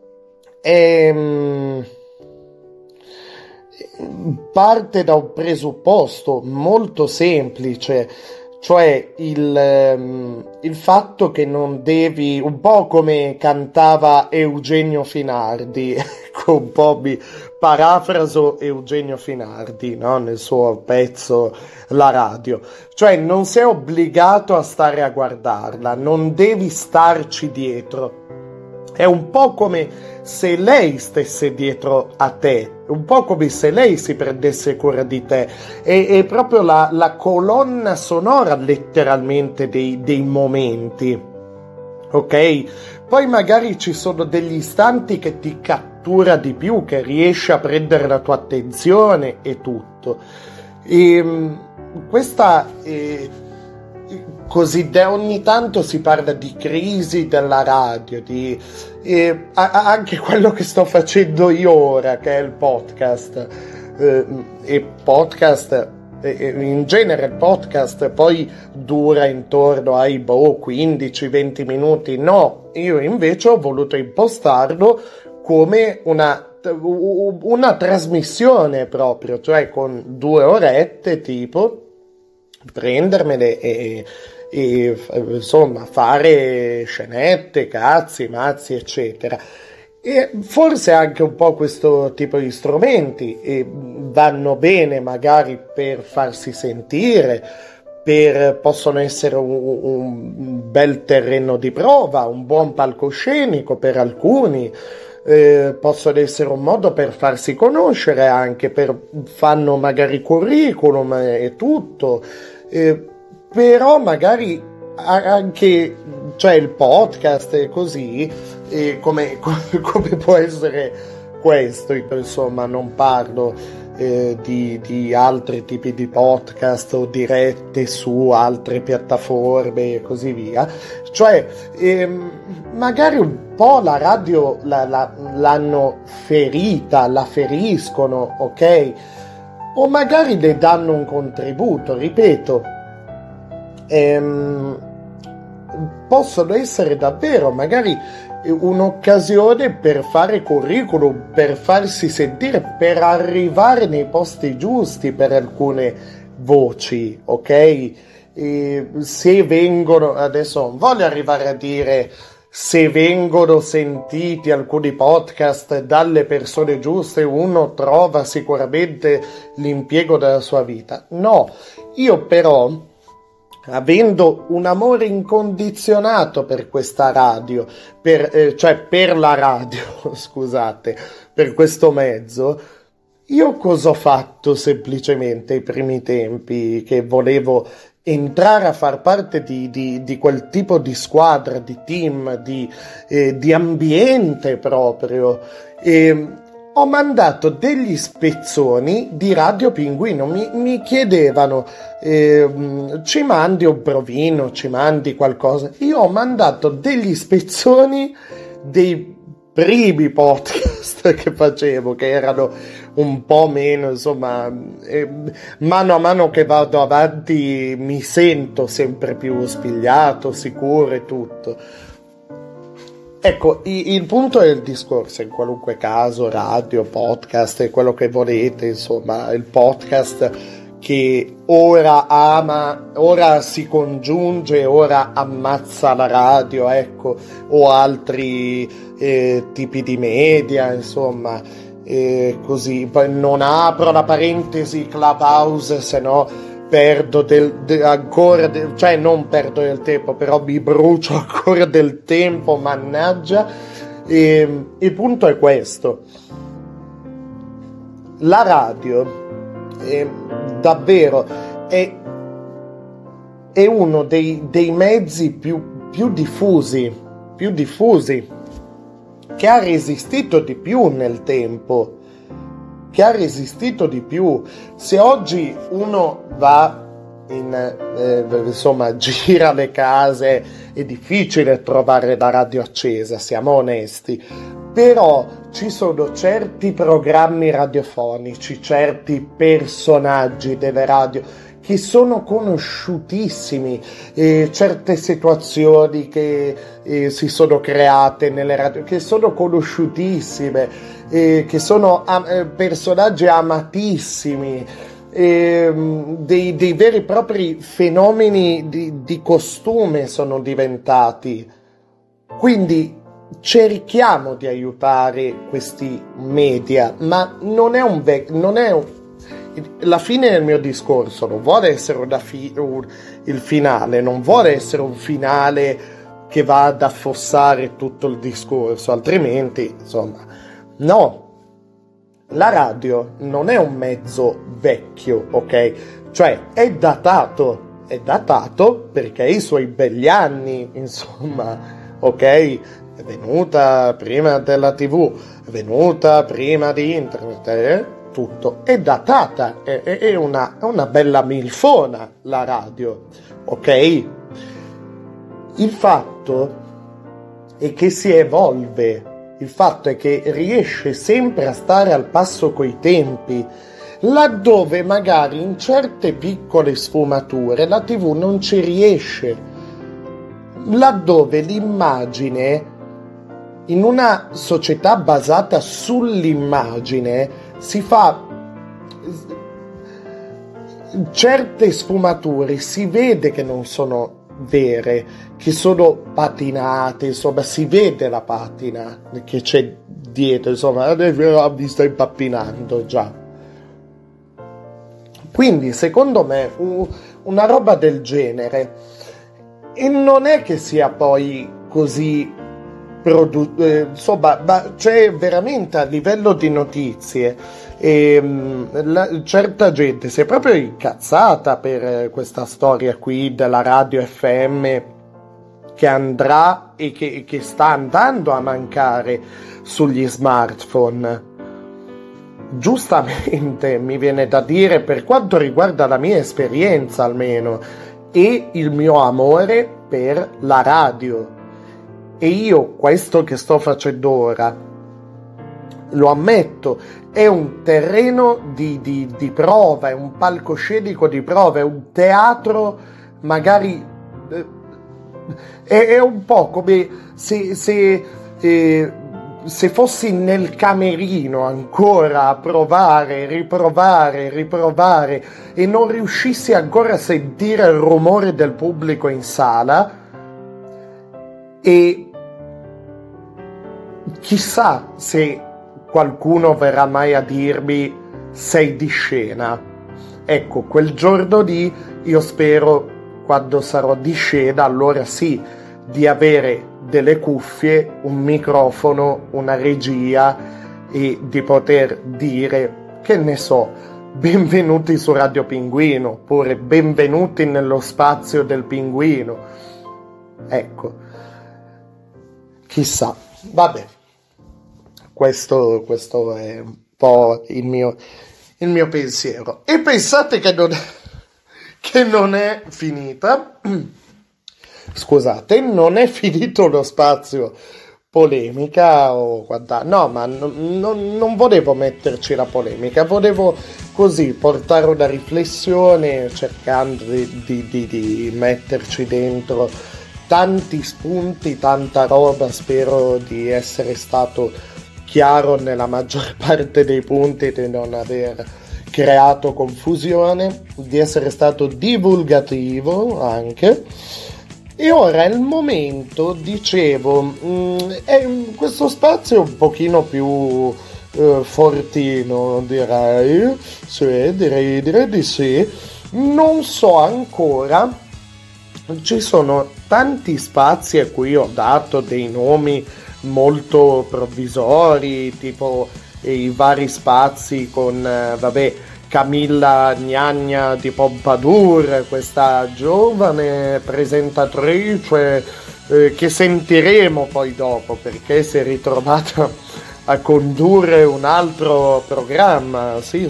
parte da un presupposto molto semplice, cioè il fatto che non devi, un po' come cantava Eugenio Finardi, ecco, un po' mi parafraso Eugenio Finardi, no? Nel suo pezzo La radio, cioè non sei obbligato a stare a guardarla, non devi starci dietro. È un po' come se lei stesse dietro a te, un po' come se lei si prendesse cura di te. È proprio la colonna sonora letteralmente dei momenti, ok? Poi magari ci sono degli istanti che ti cattura di più, che riesce a prendere la tua attenzione e tutto. Questa così ogni tanto si parla di crisi della radio, anche quello che sto facendo io ora, che è il podcast, in genere il podcast poi dura intorno ai 15-20 minuti. No, io invece ho voluto impostarlo come una trasmissione proprio, cioè con 2 orette tipo, prendermele e insomma fare scenette, cazzi, mazzi, eccetera. E forse anche un po' questo tipo di strumenti vanno bene magari per farsi sentire, possono essere un bel terreno di prova, un buon palcoscenico per alcuni, possono essere un modo per farsi conoscere, anche fanno magari curriculum e tutto, però magari anche, cioè il podcast e così, come può essere questo, insomma, non parlo di altri tipi di podcast o dirette su altre piattaforme e così via, cioè magari un po' la radio l'hanno ferita, la feriscono, ok? O magari le danno un contributo, ripeto, possono essere davvero magari un'occasione per fare curriculum, per farsi sentire, per arrivare nei posti giusti per alcune voci, ok? Se vengono, adesso non voglio arrivare a dire se vengono sentiti alcuni podcast dalle persone giuste uno trova sicuramente l'impiego della sua vita. No, io però, avendo un amore incondizionato per questa radio, cioè per la radio, scusate, per questo mezzo, io cosa ho fatto semplicemente ai primi tempi che volevo entrare a far parte di quel tipo di squadra, di team, di ambiente proprio. Ho mandato degli spezzoni di Radio Pinguino, mi chiedevano ci mandi un provino, ci mandi qualcosa. Io ho mandato degli spezzoni dei primi podcast che facevo, che erano un po' meno, insomma, mano a mano che vado avanti mi sento sempre più spigliato, sicuro e tutto. Ecco, il punto del discorso, in qualunque caso, radio, podcast e quello che volete, insomma, il podcast che ora si congiunge, ora ammazza la radio, ecco, o altri tipi di media, insomma, così. Poi non apro la parentesi Clubhouse, se no perdo cioè non perdo del tempo, però mi brucio ancora del tempo, mannaggia. Il punto è questo: la radio davvero è uno dei mezzi più diffusi, che ha resistito di più nel tempo, Se oggi uno va insomma, gira le case, è difficile trovare la radio accesa, siamo onesti, però ci sono certi programmi radiofonici, certi personaggi delle radio che sono conosciutissimi, certe situazioni che si sono create nelle radio, che sono conosciutissime, che sono personaggi amatissimi, dei veri e propri fenomeni di costume sono diventati. Quindi cerchiamo di aiutare questi media, ma non è la fine del mio discorso non vuole essere il finale, non vuole essere un finale che va ad affossare tutto il discorso, altrimenti, insomma, no. La radio non è un mezzo vecchio, ok? Cioè è datato perché i suoi begli anni, insomma, ok? È venuta prima della TV, è venuta prima di internet, tutto è datata, è una bella milfona la radio, ok? Il fatto è che si evolve, il fatto è che riesce sempre a stare al passo coi tempi, laddove magari in certe piccole sfumature la TV non ci riesce, laddove l'immagine, in una società basata sull'immagine, si fa certe sfumature, si vede che non sono vere, che sono patinate, insomma, si vede la patina che c'è dietro, insomma, mi sto impappinando già. Quindi, secondo me, una roba del genere, e non è che sia poi così insomma, ma c'è veramente a livello di notizie certa gente si è proprio incazzata per questa storia qui della radio FM che andrà e che sta andando a mancare sugli smartphone. Giustamente mi viene da dire, per quanto riguarda la mia esperienza almeno e il mio amore per la radio. E io questo che sto facendo ora, lo ammetto, è un terreno di prova, è un palcoscenico di prova, è un teatro magari, è un po' come se fossi nel camerino ancora a provare, riprovare e non riuscissi ancora a sentire il rumore del pubblico in sala e chissà se qualcuno verrà mai a dirmi sei di scena. Ecco, quel giorno lì io spero, quando sarò di scena, allora sì, di avere delle cuffie, un microfono, una regia e di poter dire, che ne so, benvenuti su Radio Pinguino, oppure benvenuti nello spazio del Pinguino. Ecco, chissà, vabbè, questo è un po' il mio pensiero. E pensate che non è finita, scusate, non è finito lo spazio polemica o quant'altro. No, ma non volevo metterci la polemica, volevo così portare una riflessione, cercando di metterci dentro tanti spunti, tanta roba. Spero di essere stato chiaro nella maggior parte dei punti, di non aver creato confusione, di essere stato divulgativo anche. E ora è il momento, dicevo, questo spazio è un pochino più fortino, direi, sì, direi di sì. Non so ancora, ci sono tanti spazi a cui ho dato dei nomi molto provvisori, tipo i vari spazi con, Camilla Gnagna di Pompadour, questa giovane presentatrice che sentiremo poi dopo, perché si è ritrovata a condurre un altro programma, sì.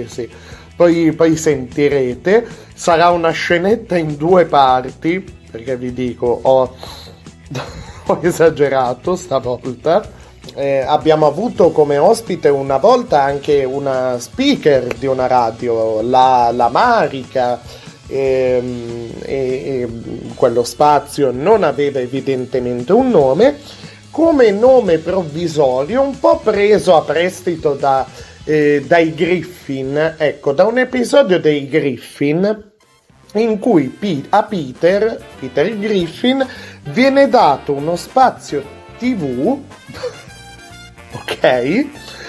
Poi sentirete, sarà una scenetta in 2 parti, perché vi dico, ho esagerato stavolta. Abbiamo avuto come ospite una volta anche una speaker di una radio, la Marica, e quello spazio non aveva evidentemente un nome, come nome provvisorio, un po' preso a prestito dai Griffin, ecco, da un episodio dei Griffin in cui a Peter Griffin viene dato uno spazio TV ok,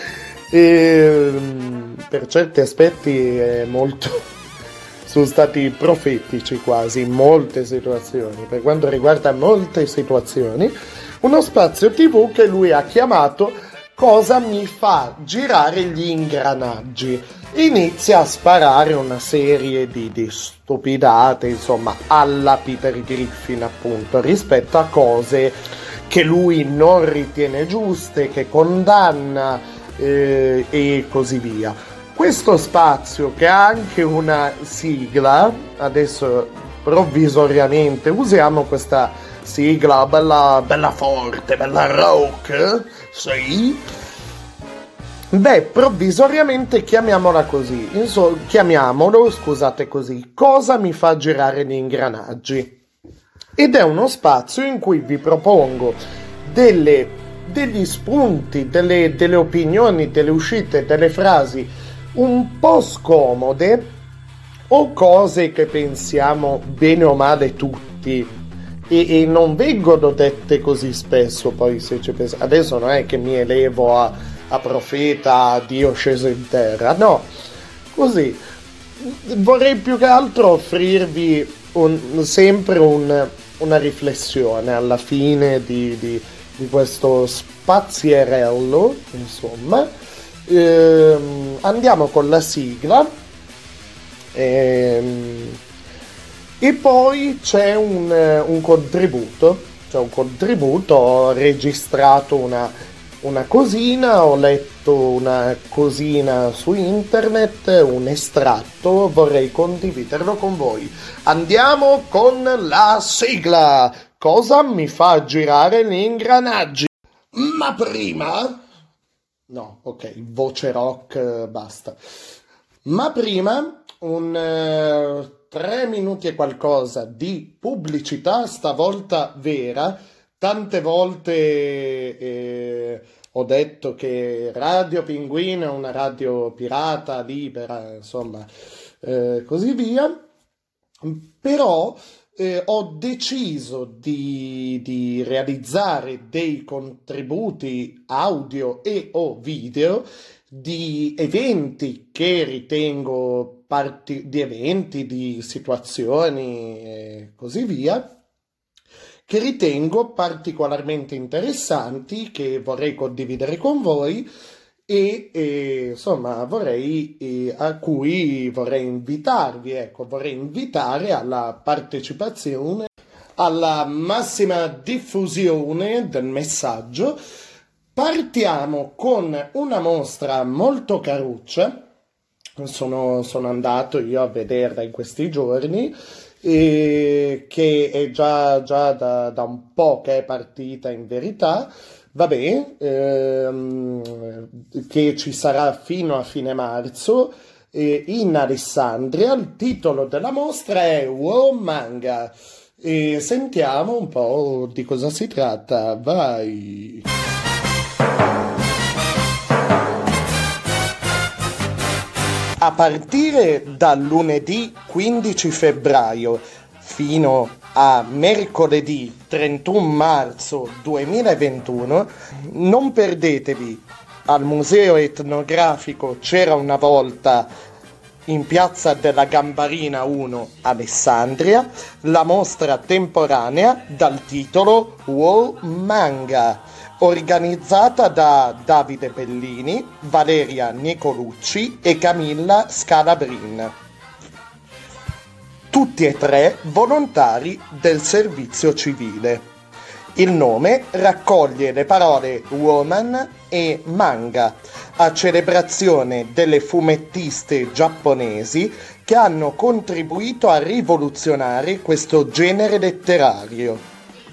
per certi aspetti è molto, sono stati profetici quasi in molte situazioni, per quanto riguarda molte situazioni, uno spazio TV che lui ha chiamato Cosa mi fa girare gli ingranaggi. Inizia a sparare una serie di stupidate, insomma, alla Peter Griffin, appunto, rispetto a cose che lui non ritiene giuste, che condanna e così via. Questo spazio, che ha anche una sigla, adesso provvisoriamente usiamo questa sigla bella forte, bella rock, sì. Beh, provvisoriamente chiamiamolo così, Cosa mi fa girare gli ingranaggi? Ed è uno spazio in cui vi propongo degli spunti, delle opinioni, delle uscite, delle frasi un po' scomode o cose che pensiamo bene o male tutti e non vengono dette così spesso. Poi se ci pensate, adesso non è che mi elevo a profeta, a Dio sceso in terra, no, così vorrei più che altro offrirvi sempre una riflessione alla fine di questo spazierello, insomma. Andiamo con la sigla e poi c'è un contributo, ho registrato una cosina, ho letto una cosina su internet, un estratto, vorrei condividerlo con voi. Andiamo con la sigla. Cosa mi fa girare gli ingranaggi? Ma prima... No, ok, voce rock, basta. Ma prima 3 minuti e qualcosa di pubblicità, stavolta vera. Tante volte ho detto che Radio Pinguino è una radio pirata, libera, insomma, così via. Però ho deciso di realizzare dei contributi audio e o video di eventi che ritengo di eventi, di situazioni e così via, che ritengo particolarmente interessanti, che vorrei condividere con voi e insomma a cui vorrei invitarvi, ecco, vorrei invitare alla partecipazione, alla massima diffusione del messaggio. Partiamo con una mostra molto caruccia, sono andato io a vederla in questi giorni, che è già da un po' che è partita in verità, vabbè, che ci sarà fino a fine marzo in Alessandria. Il titolo della mostra è Wow Manga e sentiamo un po' di cosa si tratta, vai! A partire dal lunedì 15 febbraio fino a mercoledì 31 marzo 2021 non perdetevi al Museo Etnografico C'era una volta in Piazza della Gambarina 1 Alessandria la mostra temporanea dal titolo Wow Manga, organizzata da Davide Pellini, Valeria Nicolucci e Camilla Scalabrin, tutti e tre volontari del servizio civile. Il nome raccoglie le parole woman e manga, a celebrazione delle fumettiste giapponesi che hanno contribuito a rivoluzionare questo genere letterario.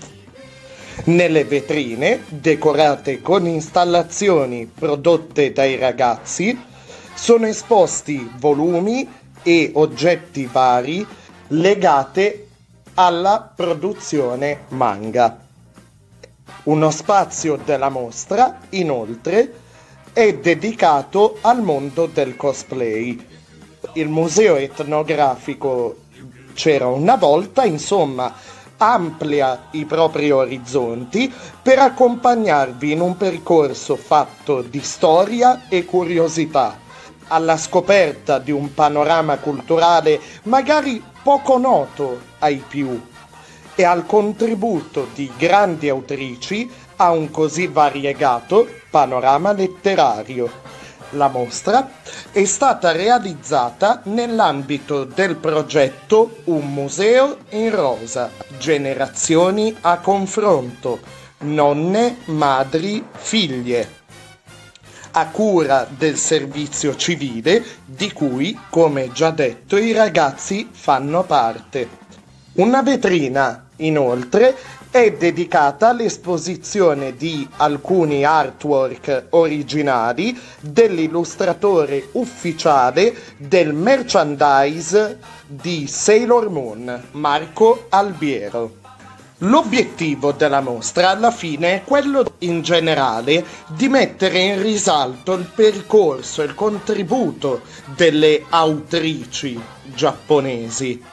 Nelle vetrine, decorate con installazioni prodotte dai ragazzi, sono esposti volumi e oggetti vari legati alla produzione manga. Uno spazio della mostra, inoltre, è dedicato al mondo del cosplay. Il Museo Etnografico C'era una volta, insomma, amplia i propri orizzonti per accompagnarvi in un percorso fatto di storia e curiosità, alla scoperta di un panorama culturale magari poco noto ai più e al contributo di grandi autrici a un così variegato panorama letterario. La mostra è stata realizzata nell'ambito del progetto Un museo in rosa, generazioni a confronto, nonne, madri, figlie, a cura del servizio civile di cui, come già detto, i ragazzi fanno parte. Una vetrina, inoltre, è dedicata all'esposizione di alcuni artwork originali dell'illustratore ufficiale del merchandise di Sailor Moon, Marco Albiero. L'obiettivo della mostra alla fine è quello in generale di mettere in risalto il percorso e il contributo delle autrici giapponesi,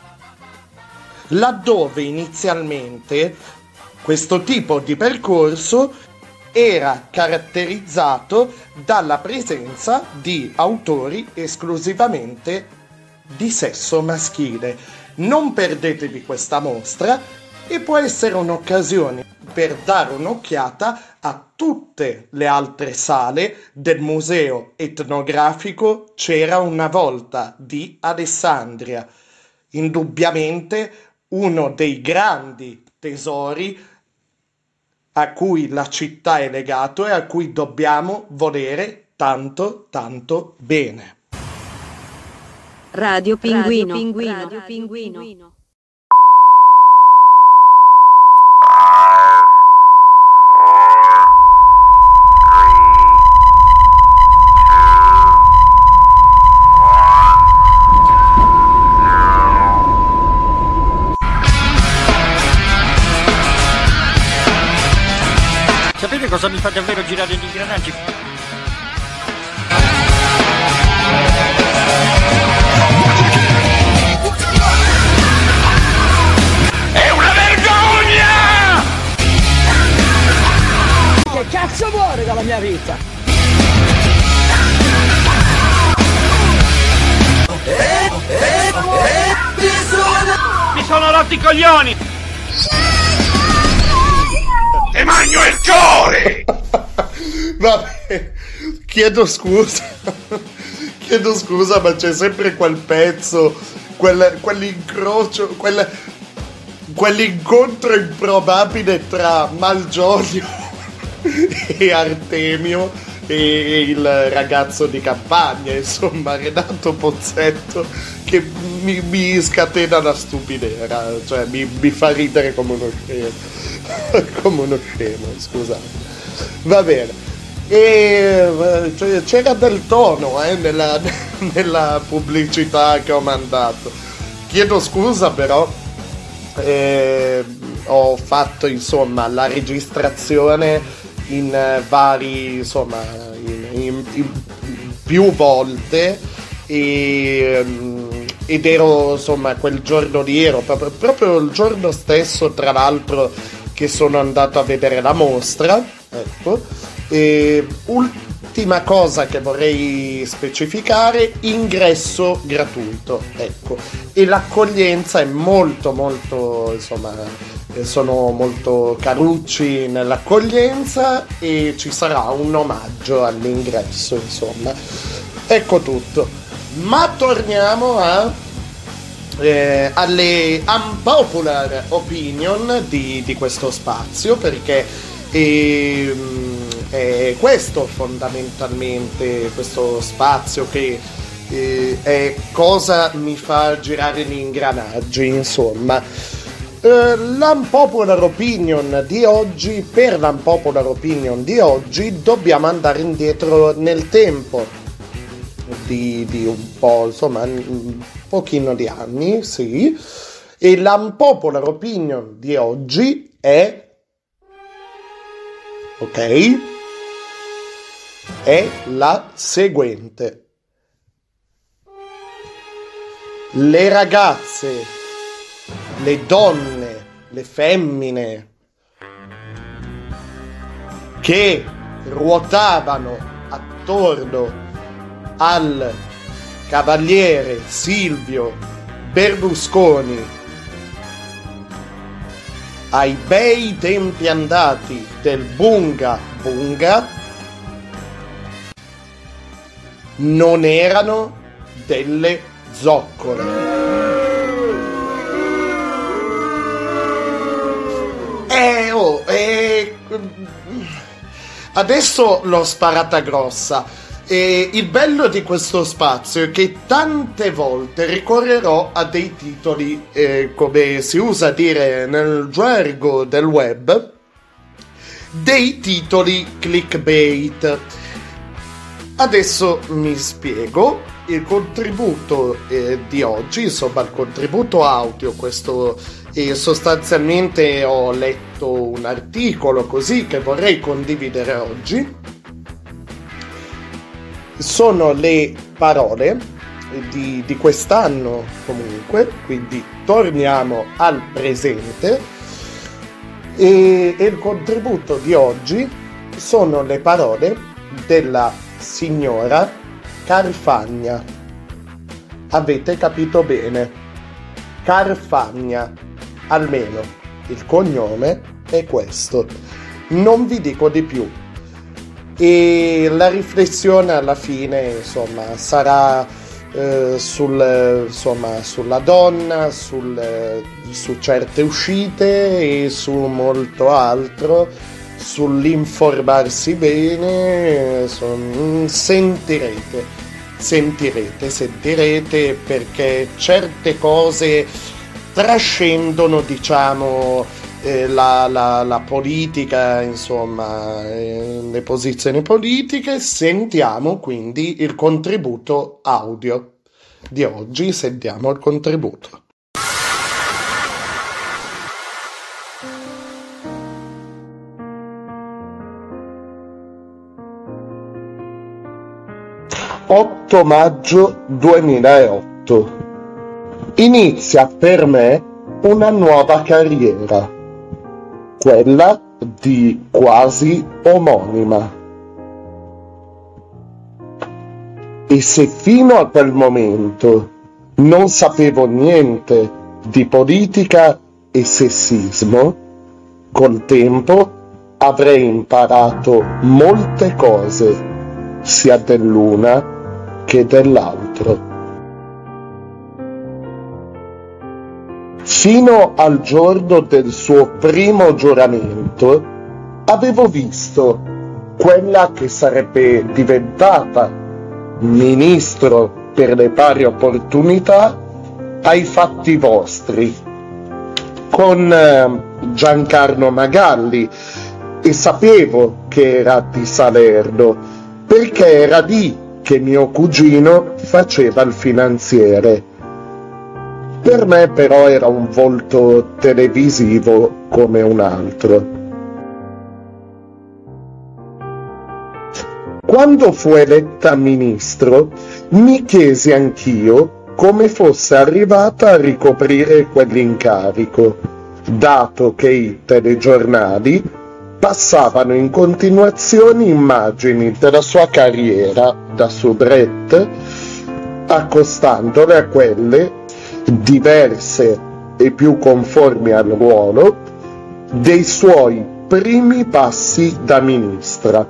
laddove inizialmente questo tipo di percorso era caratterizzato dalla presenza di autori esclusivamente di sesso maschile. Non perdetevi questa mostra e può essere un'occasione per dare un'occhiata a tutte le altre sale del Museo Etnografico C'era una volta di Alessandria. Indubbiamente uno dei grandi tesori a cui la città è legato e a cui dobbiamo volere tanto tanto bene. Radio Pinguino. Radio Pinguino. Sapete cosa mi fa davvero girare gli ingranaggi? pizza. Mi sono rotti i coglioni! Te magno il cuore! Vabbè, chiedo scusa, ma c'è sempre quel pezzo, quell'incrocio, quell'incontro improbabile tra Malgioglio e Artemio e il ragazzo di campagna, insomma, Renato Pozzetto, che mi scatena la stupidera, cioè mi fa ridere come uno scemo, scusate. Va bene. E c'era del tono nella pubblicità che ho mandato. Chiedo scusa, però ho fatto insomma la registrazione in vari, insomma, in più volte ed ero, insomma, quel giorno lì ero proprio il giorno stesso, tra l'altro, che sono andato a vedere la mostra, ecco. E ultima cosa che vorrei specificare: ingresso gratuito, ecco, e l'accoglienza è molto molto, insomma, sono molto carucci nell'accoglienza e ci sarà un omaggio all'ingresso, insomma. Ecco tutto. Ma torniamo alle unpopular opinion di questo spazio, perché è questo fondamentalmente, questo spazio che è cosa mi fa girare gli ingranaggi, insomma. L'unpopular opinion di oggi, per l'unpopular opinion di oggi dobbiamo andare indietro nel tempo di un po', insomma, un pochino di anni, sì, e l'unpopular opinion di oggi è, ok, è la seguente: le ragazze, le donne, le femmine che ruotavano attorno al cavaliere Silvio Berlusconi ai bei tempi andati del Bunga Bunga non erano delle zoccole. Adesso l'ho sparata grossa. Il bello di questo spazio è che tante volte ricorrerò a dei titoli, come si usa dire nel gergo del web, dei titoli clickbait. Adesso mi spiego. Il contributo di oggi, insomma il contributo audio, questo sostanzialmente ho letto un articolo così che vorrei condividere oggi. Sono le parole di quest'anno comunque, quindi torniamo al presente, e il contributo di oggi sono le parole della signora Carfagna. Avete capito bene, Carfagna, almeno il cognome è questo, non vi dico di più. E la riflessione alla fine, insomma, sarà sulla donna, su certe uscite e su molto altro, sull'informarsi bene. Sentirete, perché certe cose trascendono, diciamo, la politica, insomma, le posizioni politiche. Sentiamo quindi il contributo audio di oggi. Sentiamo il contributo. «8 maggio 2008. Inizia per me una nuova carriera, quella di quasi omonima. E se fino a quel momento non sapevo niente di politica e sessismo, col tempo avrei imparato molte cose, sia dell'una che dell'altro. Fino al giorno del suo primo giuramento avevo visto quella che sarebbe diventata ministro per le pari opportunità ai fatti vostri, con Giancarlo Magalli, e sapevo che era di Salerno perché era lì che mio cugino faceva il finanziere. Per me però era un volto televisivo come un altro. Quando fu eletta ministro, mi chiesi anch'io come fosse arrivata a ricoprire quell'incarico, dato che i telegiornali passavano in continuazione immagini della sua carriera da soubrette, accostandole a quelle diverse e più conformi al ruolo dei suoi primi passi da ministra.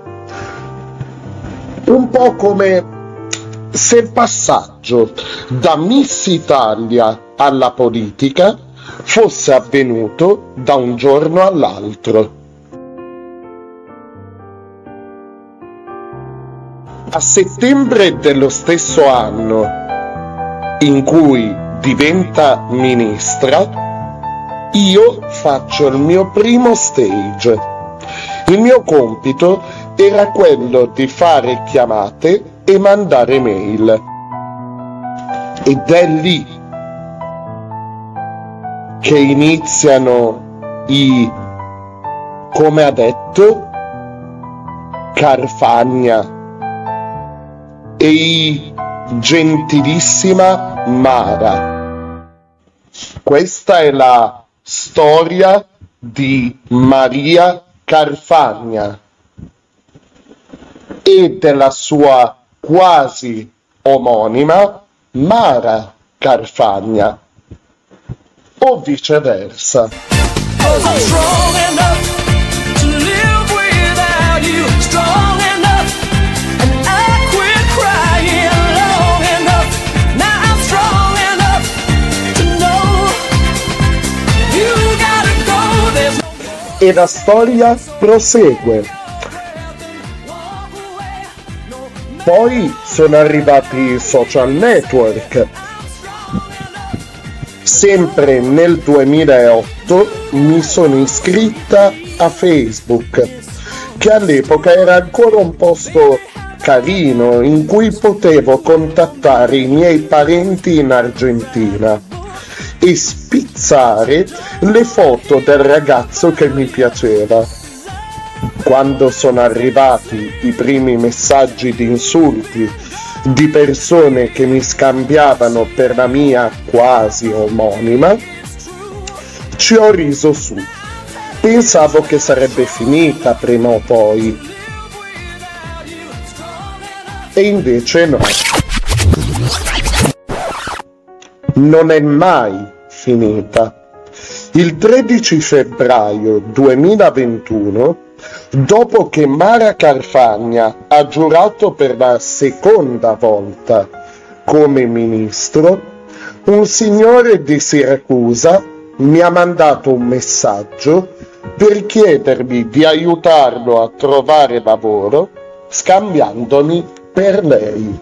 Un po' come se il passaggio da Miss Italia alla politica fosse avvenuto da un giorno all'altro. A settembre dello stesso anno in cui diventa ministra, io faccio il mio primo stage. Il mio compito era quello di fare chiamate e mandare mail. Ed è lì che iniziano i, come ha detto, Carfagna e i gentilissima Mara. Questa è la storia di Maria Carfagna e della sua quasi omonima Mara Carfagna, o viceversa. E la storia prosegue. Poi sono arrivati i social network. Sempre nel 2008 mi sono iscritta a Facebook, che all'epoca era ancora un posto carino in cui potevo contattare i miei parenti in Argentina e spizzare le foto del ragazzo che mi piaceva. Quando sono arrivati i primi messaggi di insulti di persone che mi scambiavano per la mia quasi omonima, ci ho riso su. Pensavo che sarebbe finita prima o poi. E invece no. Non è mai finita. Il 13 febbraio 2021, dopo che Mara Carfagna ha giurato per la seconda volta come ministro, un signore di Siracusa mi ha mandato un messaggio per chiedermi di aiutarlo a trovare lavoro scambiandomi per lei.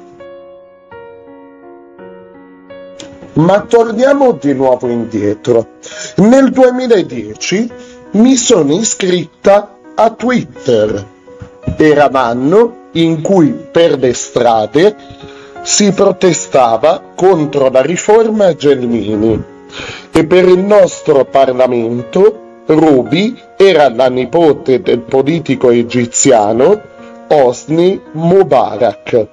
Ma torniamo di nuovo indietro. Nel 2010 mi sono iscritta a Twitter. Era l'anno in cui per le strade si protestava contro la riforma Gelmini e per il nostro Parlamento Ruby era la nipote del politico egiziano Hosni Mubarak.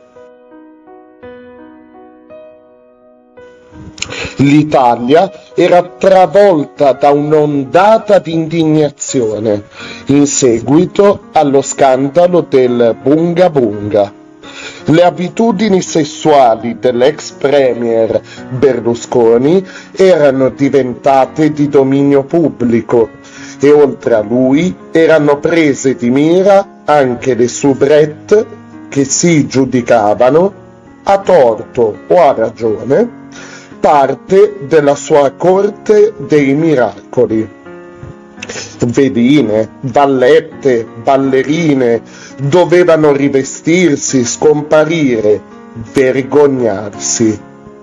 L'Italia era travolta da un'ondata di indignazione in seguito allo scandalo del Bunga Bunga. Le abitudini sessuali dell'ex premier Berlusconi erano diventate di dominio pubblico e oltre a lui erano prese di mira anche le soubrette che si giudicavano, a torto o a ragione, parte della sua corte dei miracoli. Vedine, vallette, ballerine dovevano rivestirsi, scomparire, vergognarsi.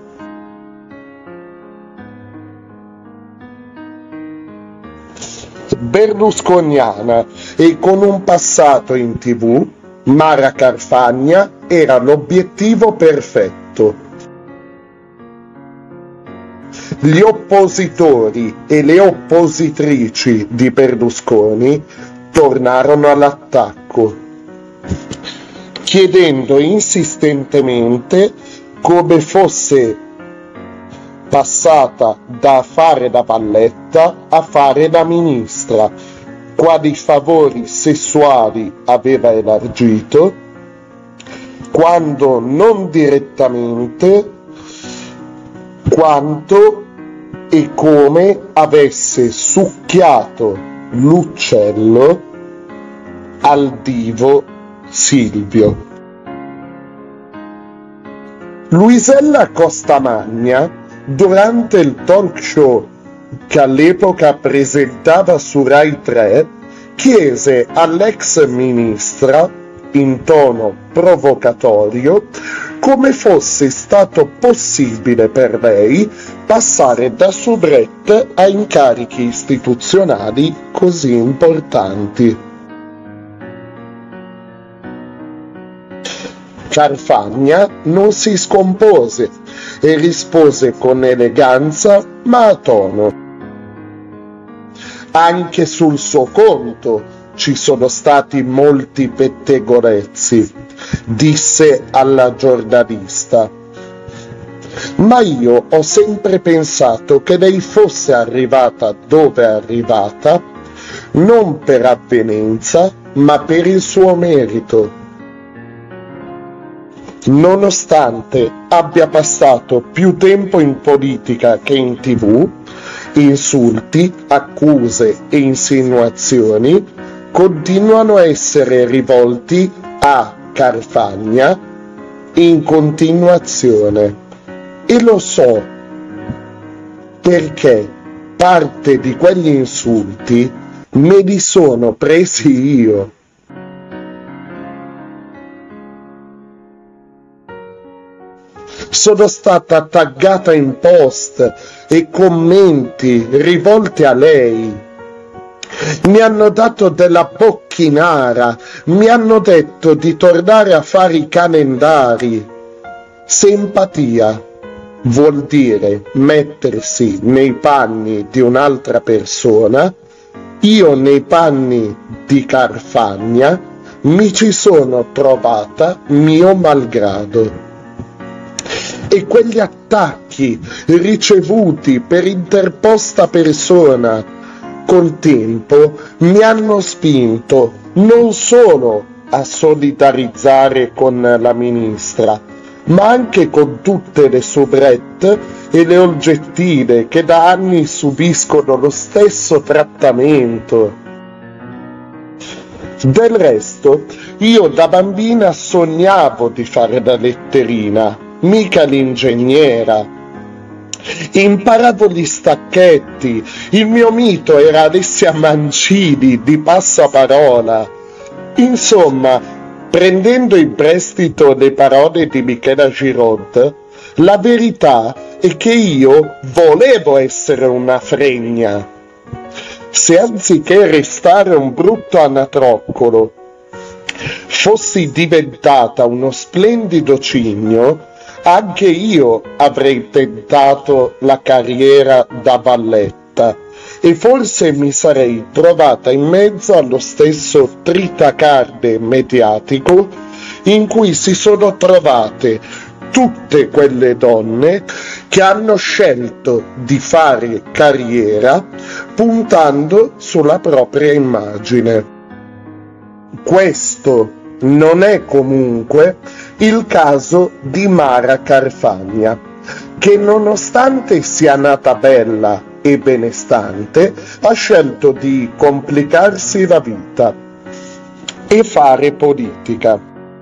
Berlusconiana e con un passato in TV, Mara Carfagna era l'obiettivo perfetto. Gli oppositori e le oppositrici di Berlusconi tornarono all'attacco, chiedendo insistentemente come fosse passata da fare da valletta a fare da ministra, quali favori sessuali aveva elargito, quando non direttamente, quanto e come avesse succhiato l'uccello al divo Silvio. Luisella Costamagna, durante il talk show che all'epoca presentava su Rai 3, chiese all'ex ministra, in tono provocatorio, come fosse stato possibile per lei passare da soubrette a incarichi istituzionali così importanti. Carfagna non si scompose e rispose con eleganza ma a tono. Anche sul suo conto ci sono stati molti pettegolezzi, disse alla giornalista. Ma io ho sempre pensato che lei fosse arrivata dove è arrivata non per avvenenza, ma per il suo merito. Nonostante abbia passato più tempo in politica che in TV, insulti, accuse e insinuazioni continuano a essere rivolti a Carfagna in continuazione. E lo so perché parte di quegli insulti me li sono presi io. Sono stata taggata in post e commenti rivolti a lei. Mi hanno dato della bocchinara, mi hanno detto di tornare a fare i calendari. Se empatia vuol dire mettersi nei panni di un'altra persona, io nei panni di Carfagna mi ci sono trovata mio malgrado. E quegli attacchi ricevuti per interposta persona col tempo mi hanno spinto non solo a solidarizzare con la ministra, ma anche con tutte le soubrette e le oggettive che da anni subiscono lo stesso trattamento. Del resto, io da bambina sognavo di fare la letterina, mica l'ingegnera. Imparavo gli stacchetti, il mio mito era Alessia Mancini di Passaparola. Insomma, prendendo in prestito le parole di Michela Girod, la verità è che io volevo essere una fregna. Se anziché restare un brutto anatroccolo, fossi diventata uno splendido cigno, anche io avrei tentato la carriera da valletta e forse mi sarei trovata in mezzo allo stesso tritacarne mediatico in cui si sono trovate tutte quelle donne che hanno scelto di fare carriera puntando sulla propria immagine. Questo non è comunque il caso di Mara Carfagna, che nonostante sia nata bella e benestante, ha scelto di complicarsi la vita e fare politica.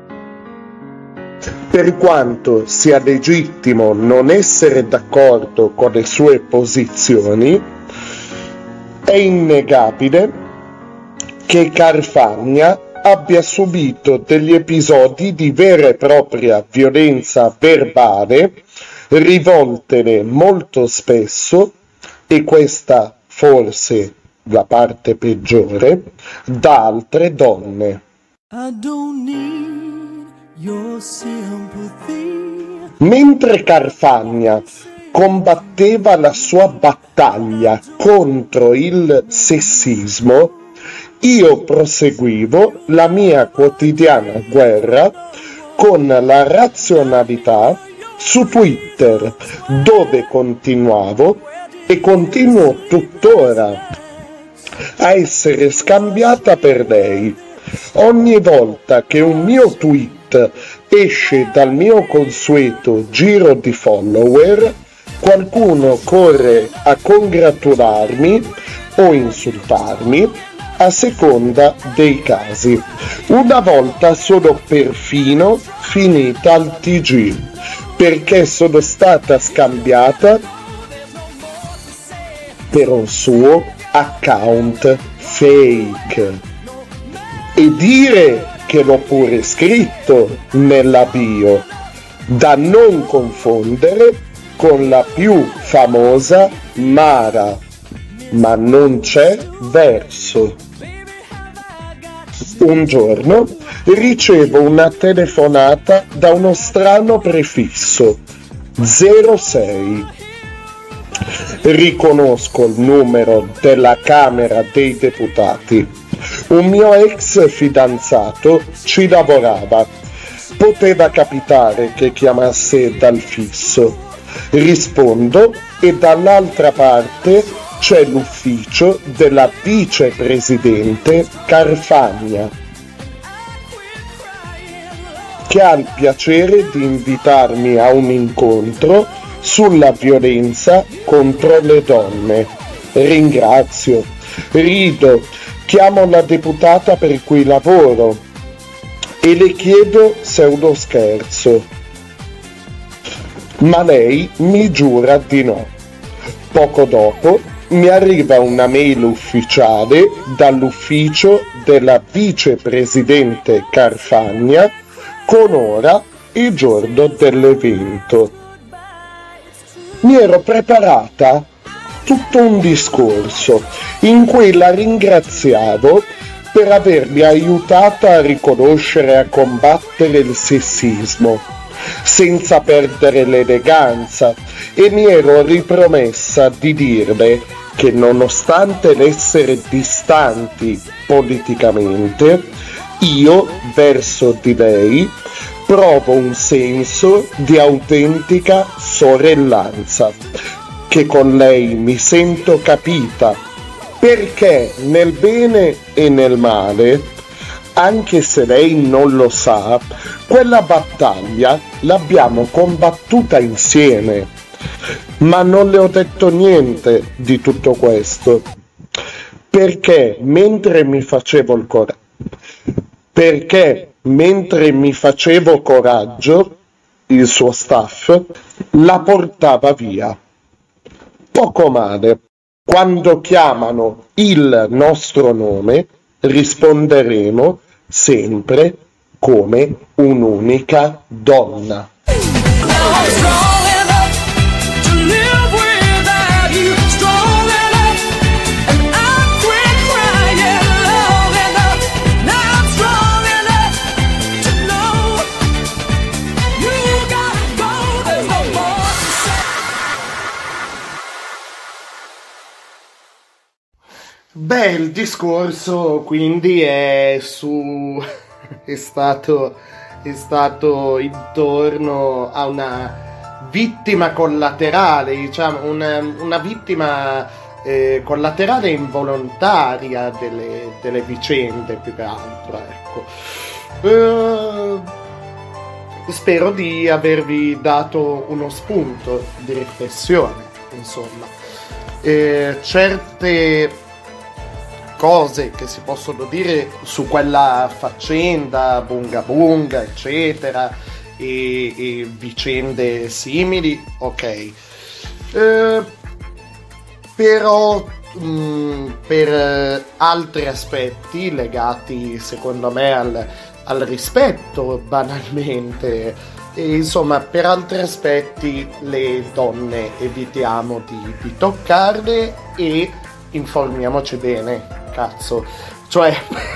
Per quanto sia legittimo non essere d'accordo con le sue posizioni, è innegabile che Carfagna abbia subito degli episodi di vera e propria violenza verbale, rivoltele molto spesso, e questa forse la parte peggiore, da altre donne. I don't need your sympathy. Mentre Carfagna combatteva la sua battaglia contro il sessismo, io proseguivo la mia quotidiana guerra con la razionalità su Twitter, dove continuavo e continuo tuttora a essere scambiata per lei. Ogni volta che un mio tweet esce dal mio consueto giro di follower, qualcuno corre a congratularmi o insultarmi a seconda dei casi. Una volta sono perfino finita al TG perché sono stata scambiata per un suo account fake. E dire che l'ho pure scritto nella bio, da non confondere con la più famosa Mara, ma non c'è verso. Un giorno ricevo una telefonata da uno strano prefisso, 06. Riconosco il numero della Camera dei Deputati. Un mio ex fidanzato ci lavorava. Poteva capitare che chiamasse dal fisso. Rispondo e dall'altra parte c'è l'ufficio della vicepresidente Carfagna, che ha il piacere di invitarmi a un incontro sulla violenza contro le donne. Ringrazio, rido, chiamo la deputata per cui lavoro e le chiedo se è uno scherzo, ma lei mi giura di no. Poco dopo mi arriva una mail ufficiale dall'ufficio della vicepresidente Carfagna con ora e giorno dell'evento. Mi ero preparata tutto un discorso in cui la ringraziavo per avermi aiutata a riconoscere e a combattere il sessismo senza perdere l'eleganza, e mi ero ripromessa di dirle che nonostante l'essere distanti politicamente, io verso di lei provo un senso di autentica sorellanza, che con lei mi sento capita, perché nel bene e nel male, anche se lei non lo sa, quella battaglia l'abbiamo combattuta insieme. Ma non le ho detto niente di tutto questo, perché mentre mi facevo coraggio, il suo staff la portava via. Poco male. Quando chiamano il nostro nome, risponderemo sempre come un'unica donna. Beh, il discorso quindi è stato intorno a una vittima collaterale, diciamo, una vittima collaterale involontaria delle vicende, più che altro, ecco. Spero di avervi dato uno spunto di riflessione, insomma. Certe cose che si possono dire su quella faccenda, bunga bunga, eccetera, e vicende simili, ok. Però per altri aspetti legati secondo me al rispetto, banalmente, e insomma per altri aspetti le donne evitiamo di toccarle e informiamoci bene, cazzo, cioè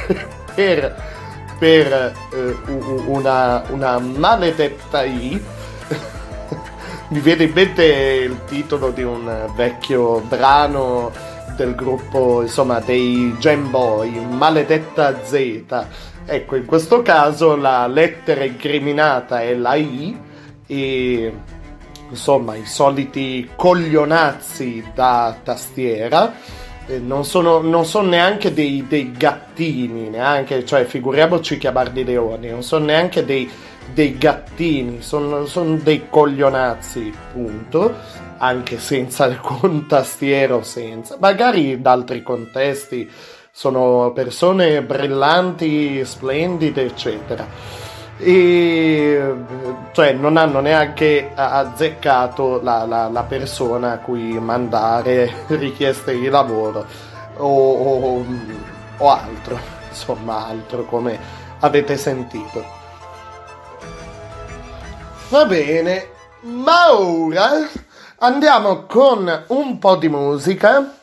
per una maledetta mi viene in mente il titolo di un vecchio brano del gruppo, insomma, dei Jam Boy, Maledetta Z. Ecco, in questo caso la lettera incriminata è la I e, insomma, i soliti coglionazzi da tastiera non sono neanche dei gattini, neanche, cioè figuriamoci chiamarli leoni, non sono neanche dei gattini, sono dei coglionazzi, punto, anche senza con tastiera o senza, magari in altri contesti sono persone brillanti, splendide, eccetera, e cioè non hanno neanche azzeccato la persona a cui mandare richieste di lavoro o altro, insomma, altro, come avete sentito. Va bene, ma ora andiamo con un po' di musica,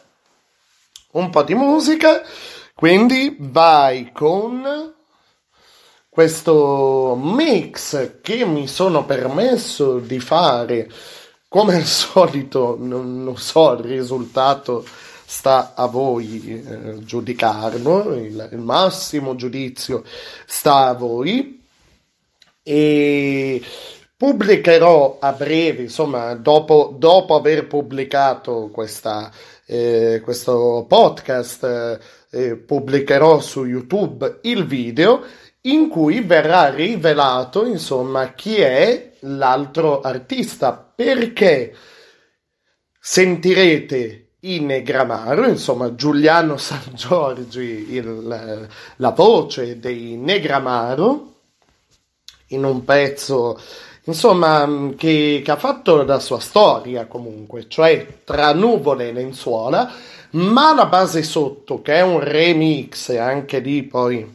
quindi vai con questo mix che mi sono permesso di fare, come al solito. Non so, il risultato sta a voi giudicarlo, il massimo giudizio sta a voi, e pubblicherò a breve, insomma, dopo aver pubblicato questo podcast, pubblicherò su YouTube il video in cui verrà rivelato, insomma, chi è l'altro artista, perché sentirete i Negramaro, insomma Giuliano Sangiorgi, la voce dei Negramaro, in un pezzo, insomma, che ha fatto la sua storia comunque, cioè Tra nuvole e lenzuola, ma la base sotto, che è un remix, e anche lì poi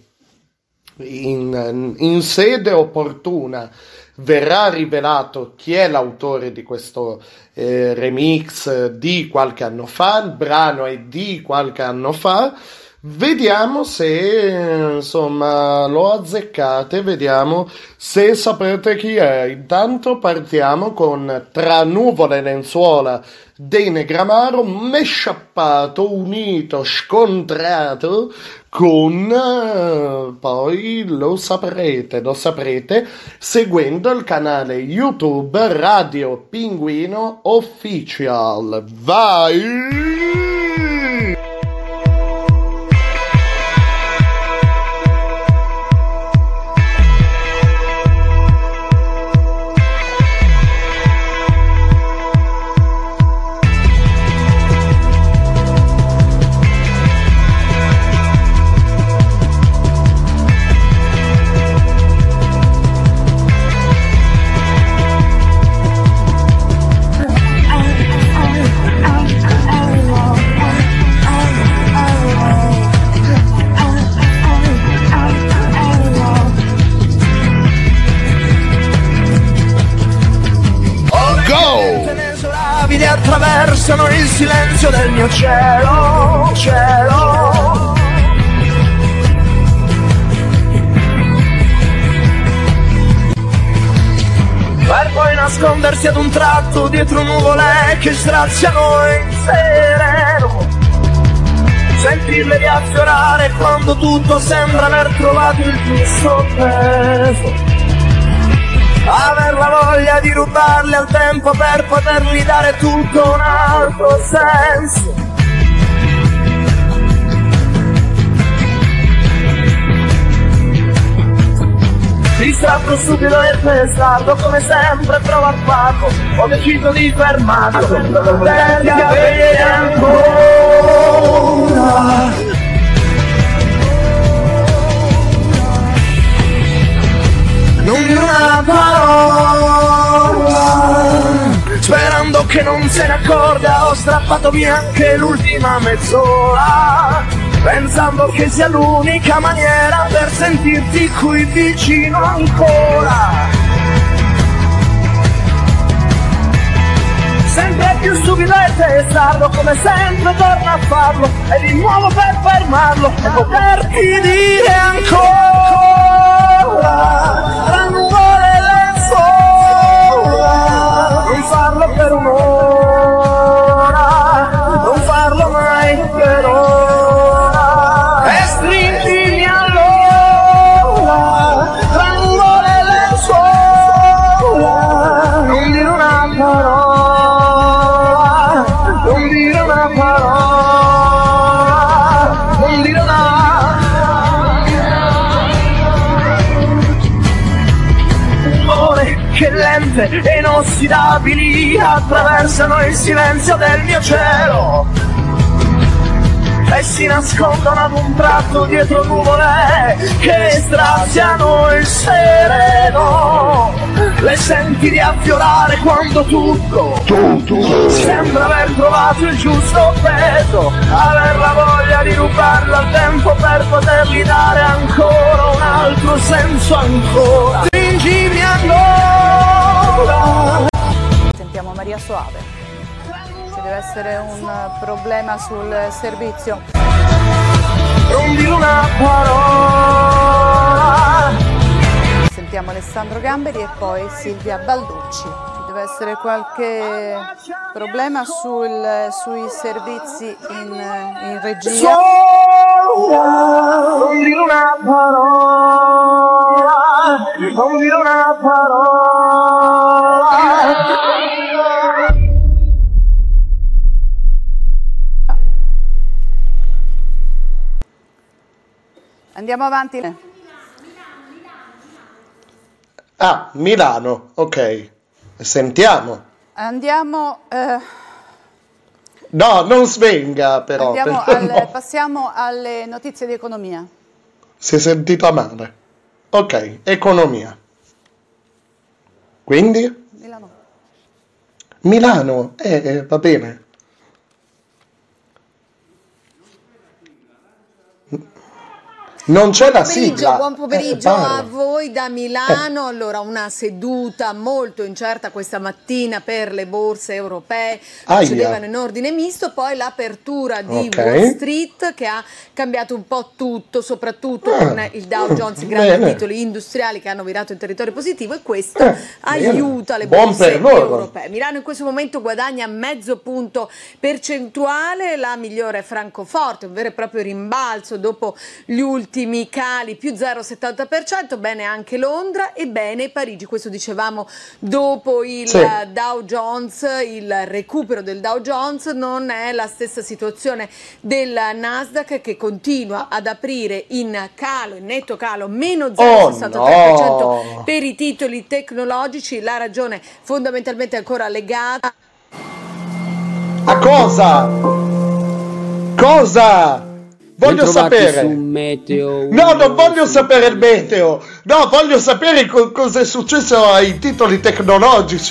in sede opportuna verrà rivelato chi è l'autore di questo remix di qualche anno fa. Il brano è di qualche anno fa. Vediamo se, insomma, lo azzeccate, vediamo se sapete chi è. Intanto partiamo con Tra nuvole e lenzuola dei Negramaro, mesciappato, unito, scontrato con poi lo saprete seguendo il canale YouTube Radio Pinguino Official. Vai! Attraversano il silenzio del mio cielo, cielo. Per poi nascondersi ad un tratto dietro nuvole che straziano in sereno. Sentirle riaffiorare quando tutto sembra aver trovato il giusto peso. Aver la voglia di rubarle al tempo per potergli dare tutto un altro senso. tratto stupido e testardo, come sempre provo a farlo, ho deciso di fermarlo, per capire ancora. Non dire una parola, sperando che non se ne accorga, ho strappato via anche l'ultima mezz'ora, pensando che sia l'unica maniera per sentirti qui vicino ancora. Sempre più stupido e testardo, come sempre torno a farlo, e di nuovo per fermarlo e poterti dire ancora, tra nuvole e lenzuola, non farlo per un'ora, non farlo mai per ora, e stringimi allora, tra nuvole e lenzuola, non dire una parola, non dire una parola, non dire una. Che lente e inossidabili attraversano il silenzio del mio cielo e si nascondono ad un tratto dietro nuvole che straziano il sereno. Le senti riaffiorare quando tutto sembra aver trovato il giusto peso, aver la voglia di rubarlo al tempo per potergli dare ancora un altro senso ancora. Stringimi allora. Sentiamo Maria Soave. Ci deve essere un problema sul servizio. Non dire una parola. Sentiamo Alessandro Gamberi e poi Silvia Balducci. Ci deve essere qualche problema sui servizi in regia. Non dire una parola, non dire una parola. Andiamo avanti. Ah, Milano, ok. Sentiamo. Andiamo. No, non svenga però. Passiamo alle notizie di economia. Si è sentita male. Ok, economia. Quindi? Milano, va bene. Non c'è la sigla. Buon pomeriggio a voi da Milano. Allora, una seduta molto incerta questa mattina per le borse europee, procedevano in ordine misto, poi l'apertura di Wall Street che ha cambiato un po' tutto, soprattutto con il Dow Jones, i grandi titoli industriali che hanno virato in territorio positivo, e questo aiuta le borse europee. Milano in questo momento guadagna mezzo punto percentuale, la migliore è Francoforte, un vero e proprio rimbalzo dopo gli ultimi cali, più 0,70%, bene anche Londra e bene Parigi, questo dicevamo dopo il Dow Jones, il recupero del Dow Jones. Non è la stessa situazione del Nasdaq che continua ad aprire in calo, in netto calo, meno 0,63% per i titoli tecnologici, la ragione fondamentalmente ancora legata a cosa? Voglio sapere. Meteo, no, non voglio sapere il meteo. No, voglio sapere cosa è successo ai titoli tecnologici.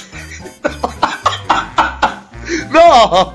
No.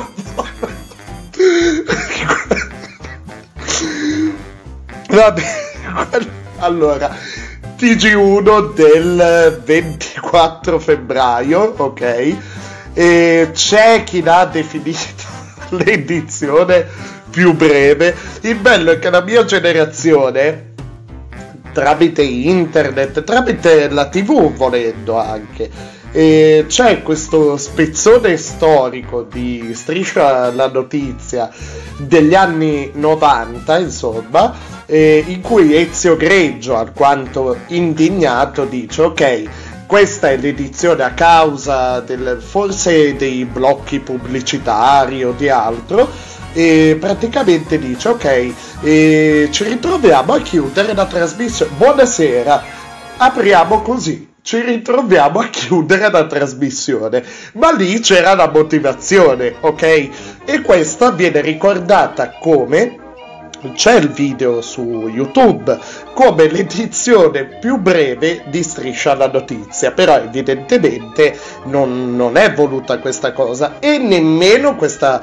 Vabbè. Allora, TG1 del 24 febbraio, ok? E c'è chi l'ha definito l'edizione più breve. Il bello è che la mia generazione, tramite internet, tramite la TV volendo anche, c'è questo spezzone storico di Striscia la Notizia degli anni 90, insomma, in cui Ezio Greggio, alquanto indignato, dice: ok, questa è l'edizione a causa forse dei blocchi pubblicitari o di altro, e praticamente dice: ok, ci ritroviamo a chiudere la trasmissione. Buonasera, apriamo così, ci ritroviamo a chiudere la trasmissione, ma lì c'era la motivazione, ok? E questa viene ricordata come, c'è il video su YouTube, come l'edizione più breve di Striscia la Notizia, però evidentemente non è voluta questa cosa, e nemmeno questa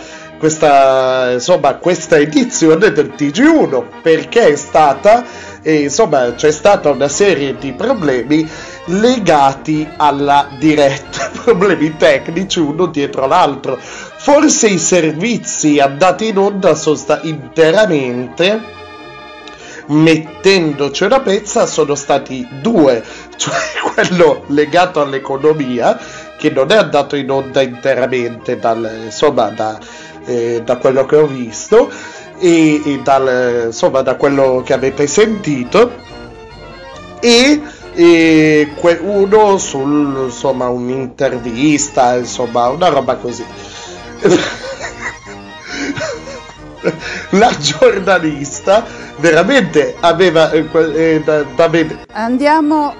edizione del TG1, perché è stata, insomma, c'è stata una serie di problemi legati alla diretta, problemi tecnici uno dietro l'altro. Forse i servizi andati in onda sono stati interamente, mettendoci una pezza, sono stati due, cioè quello legato all'economia, che non è andato in onda interamente da quello che ho visto e da quello che avete sentito, e uno sul, insomma, un'intervista, insomma, una roba così. La giornalista veramente aveva da vedere. Andiamo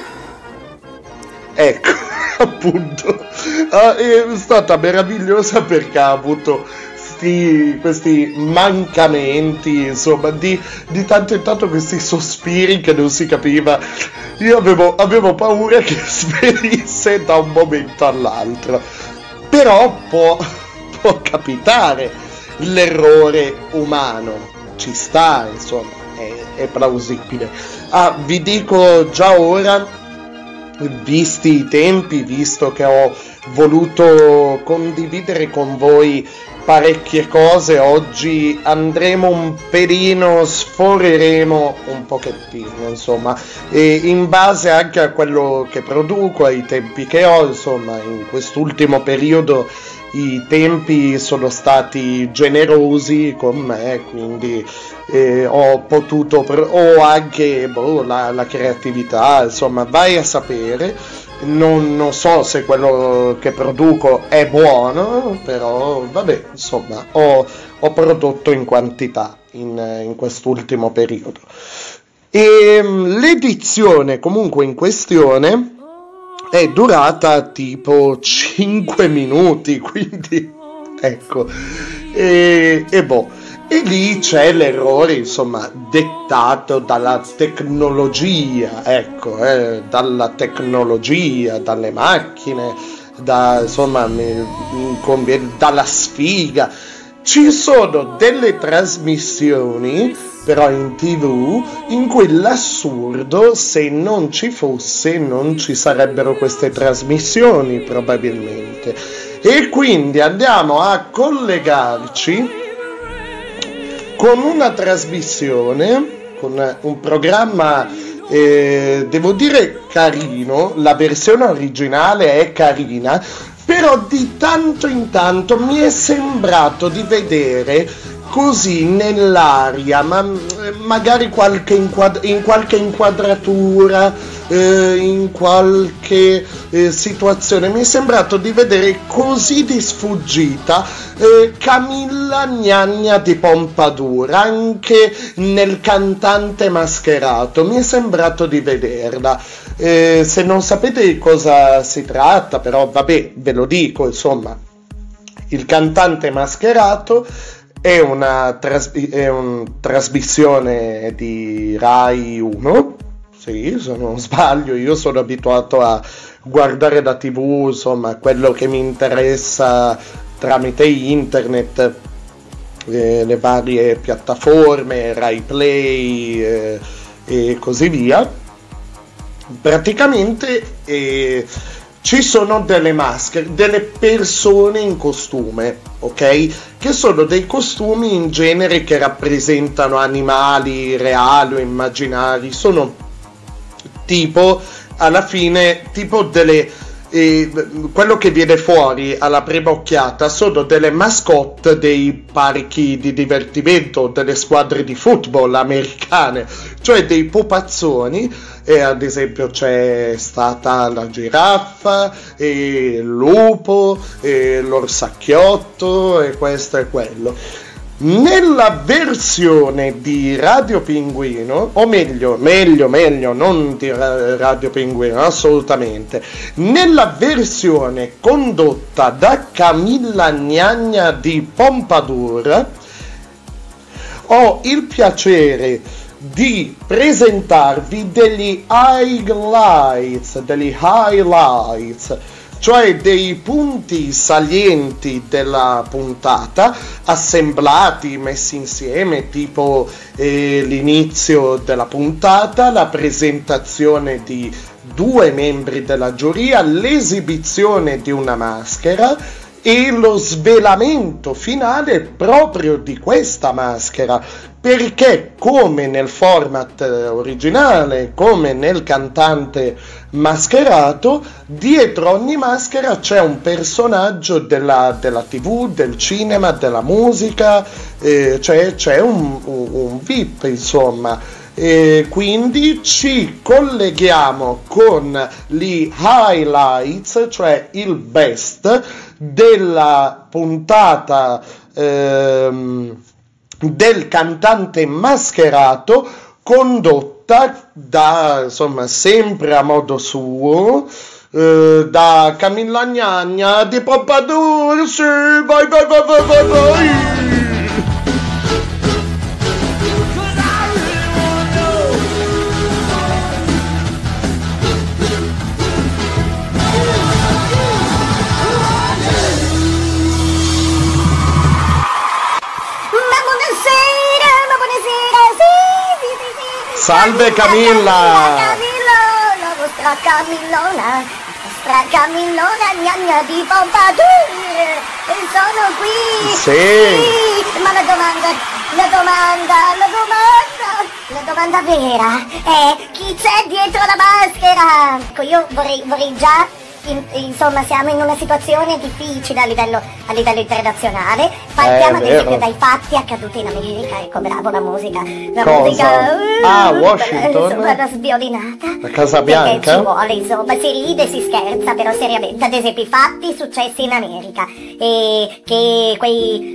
ecco, appunto, è stata meravigliosa perché ha avuto questi mancamenti, insomma, di tanto in tanto questi sospiri che non si capiva. Io avevo paura che svenisse da un momento all'altro, però può capitare l'errore umano, ci sta, insomma, è plausibile. Vi dico già ora, visti i tempi, visto che ho voluto condividere con voi parecchie cose, oggi andremo un pelino, sforeremo un pochettino, insomma, e in base anche a quello che produco, ai tempi che ho, insomma, in quest'ultimo periodo i tempi sono stati generosi con me, quindi ho potuto, ho anche la creatività, insomma, vai a sapere. Non so se quello che produco è buono, però vabbè, insomma, ho prodotto in quantità in quest'ultimo periodo. E l'edizione comunque in questione è durata tipo 5 minuti, quindi ecco, e lì c'è l'errore, insomma, dettato dalla tecnologia, ecco, dalla tecnologia, dalle macchine, insomma, dalla sfiga. Ci sono delle trasmissioni, però in TV, in cui l'assurdo, se non ci fosse, non ci sarebbero queste trasmissioni, probabilmente. E quindi andiamo a collegarci con una trasmissione, con un programma, devo dire carino, la versione originale è carina, però di tanto in tanto mi è sembrato di vedere così nell'aria, ma magari in qualche inquadratura, in qualche situazione, mi è sembrato di vedere così di sfuggita Camilla Gnagna di Pompadour, anche nel Cantante Mascherato, mi è sembrato di vederla. Se non sapete di cosa si tratta, però vabbè, ve lo dico, insomma, il Cantante Mascherato è una trasmissione di Rai 1, sì, se non sbaglio. Io sono abituato a guardare da TV, insomma, quello che mi interessa tramite internet, le varie piattaforme, Rai Play e così via. Praticamente ci sono delle maschere, delle persone in costume, ok? Che sono dei costumi in genere che rappresentano animali reali o immaginari, sono tipo, alla fine, tipo delle... quello che viene fuori alla prima occhiata sono delle mascotte dei parchi di divertimento, delle squadre di football americane, cioè dei pupazzoni. E ad esempio c'è stata la giraffa, e il lupo, e l'orsacchiotto, e questo e quello. Nella versione di Radio Pinguino, o meglio, non di Radio Pinguino, assolutamente, nella versione condotta da Camilla Gnagna di Pompadour, ho il piacere di presentarvi degli highlights, cioè dei punti salienti della puntata, assemblati, messi insieme, tipo l'inizio della puntata, la presentazione di 2 membri della giuria, l'esibizione di una maschera e lo svelamento finale proprio di questa maschera, perché come nel format originale, come nel cantante mascherato, dietro ogni maschera c'è un personaggio della TV, del cinema, della musica, c'è un VIP, insomma. Quindi ci colleghiamo con gli highlights, cioè il best della puntata del cantante mascherato, condotta da, insomma, sempre a modo suo, da Camilla Gnagna di Pompadour. Sì, vai. Salve Camilla! La vostra Camillona Gnagna di Pompadour, e sono qui! Sì! Ma la domanda vera è: chi c'è dietro la maschera? Ecco, io vorrei già, insomma, siamo in una situazione difficile a livello internazionale. Partiamo ad esempio dai fatti accaduti in America. Ecco, bravo, la musica Washington, insomma, la sviolinata, la Casa Bianca, perché ci vuole, insomma, si ride, si scherza, però seriamente, ad esempio i fatti successi in America, e che quei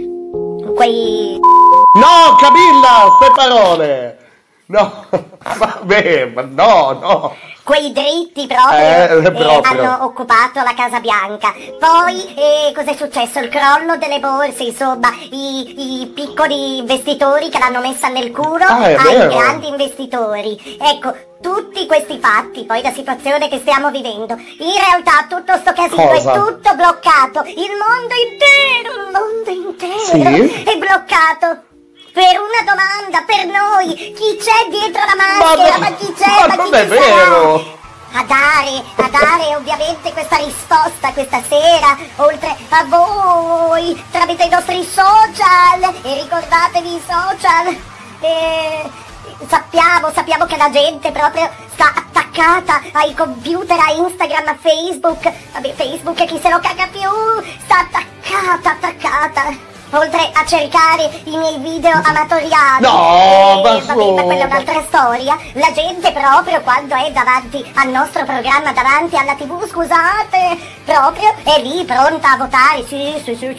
no, Camilla, ste parole, no, vabbè, no, quei dritti proprio hanno occupato la Casa Bianca. Poi cos'è successo? Il crollo delle borse, insomma, i piccoli investitori che l'hanno messa nel culo ai grandi investitori. Ecco, tutti questi fatti, poi la situazione che stiamo vivendo, in realtà tutto sto casino è tutto bloccato. Il mondo intero è bloccato per una domanda, per noi: chi c'è dietro la maschera? Ma chi c'è? Ma chi è vero? A dare ovviamente questa risposta questa sera, oltre a voi, tramite i nostri social, e ricordatevi i social, sappiamo che la gente proprio sta attaccata ai computer, a Instagram, a Facebook. Vabbè, Facebook chi se lo caga più, sta attaccata. Oltre a cercare i miei video amatoriali. No, ma quella è un'altra storia. La gente proprio quando è davanti al nostro programma, davanti alla TV, scusate, proprio è lì pronta a votare. Sì.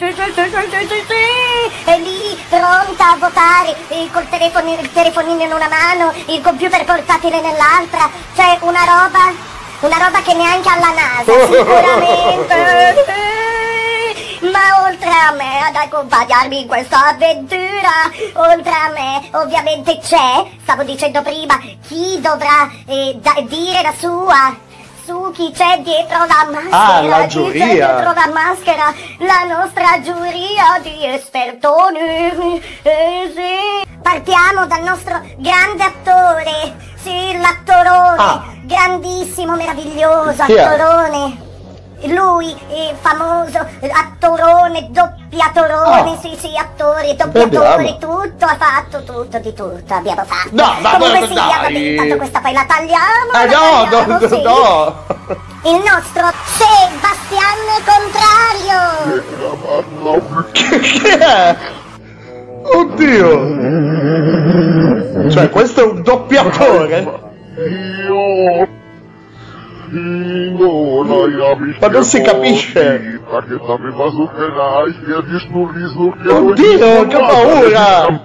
È lì pronta a votare, col telefonino in una mano, il computer portatile nell'altra. Cioè una roba che neanche alla NASA, sicuramente. Ma oltre a me ad accompagnarmi in questa avventura, oltre a me ovviamente c'è, stavo dicendo prima, chi dovrà dire la sua, su chi c'è dietro la maschera, la giuria. Chi c'è dietro la maschera, la nostra giuria di espertoni, sì. Partiamo dal nostro grande attore, sì, l'attorone, grandissimo, meraviglioso attorone. Lui, famoso attorone, doppiatorone, sì, attore, doppiatore, tutto, ha fatto tutto, di tutto abbiamo fatto. No, comunque sì, vabbè, tanto questa poi la tagliamo. No. Il nostro Sebastian Contrario. Che è? Oddio. Cioè, questo è un doppiatore? Ma non si capisce. Aspetta che t'aveva zuccherai, che di stulli Oddio, che paura!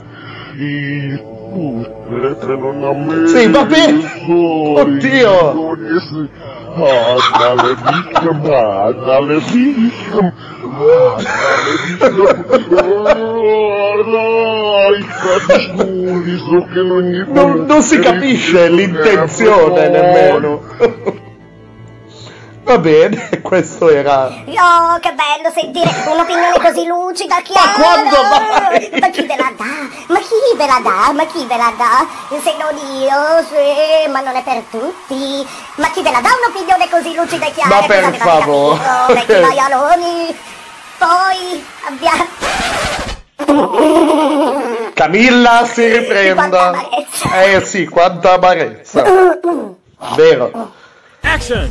Non a me. Sì, va bene. Oddio. Dalle non si capisce l'intenzione nemmeno. Va bene, questo era. Oh, che bello sentire un'opinione così lucida, chiara. Ma quando mai? Ma chi ve la dà? Ma chi ve la dà? Ma chi ve la dà? Se non io, sì, ma non è per tutti. Ma chi ve la dà un'opinione così lucida e chiara? Ma per favore. Vecchi maialoni. Poi abbiamo... Camilla, si riprenda. Sì, quanta amarezza. Vero. Action!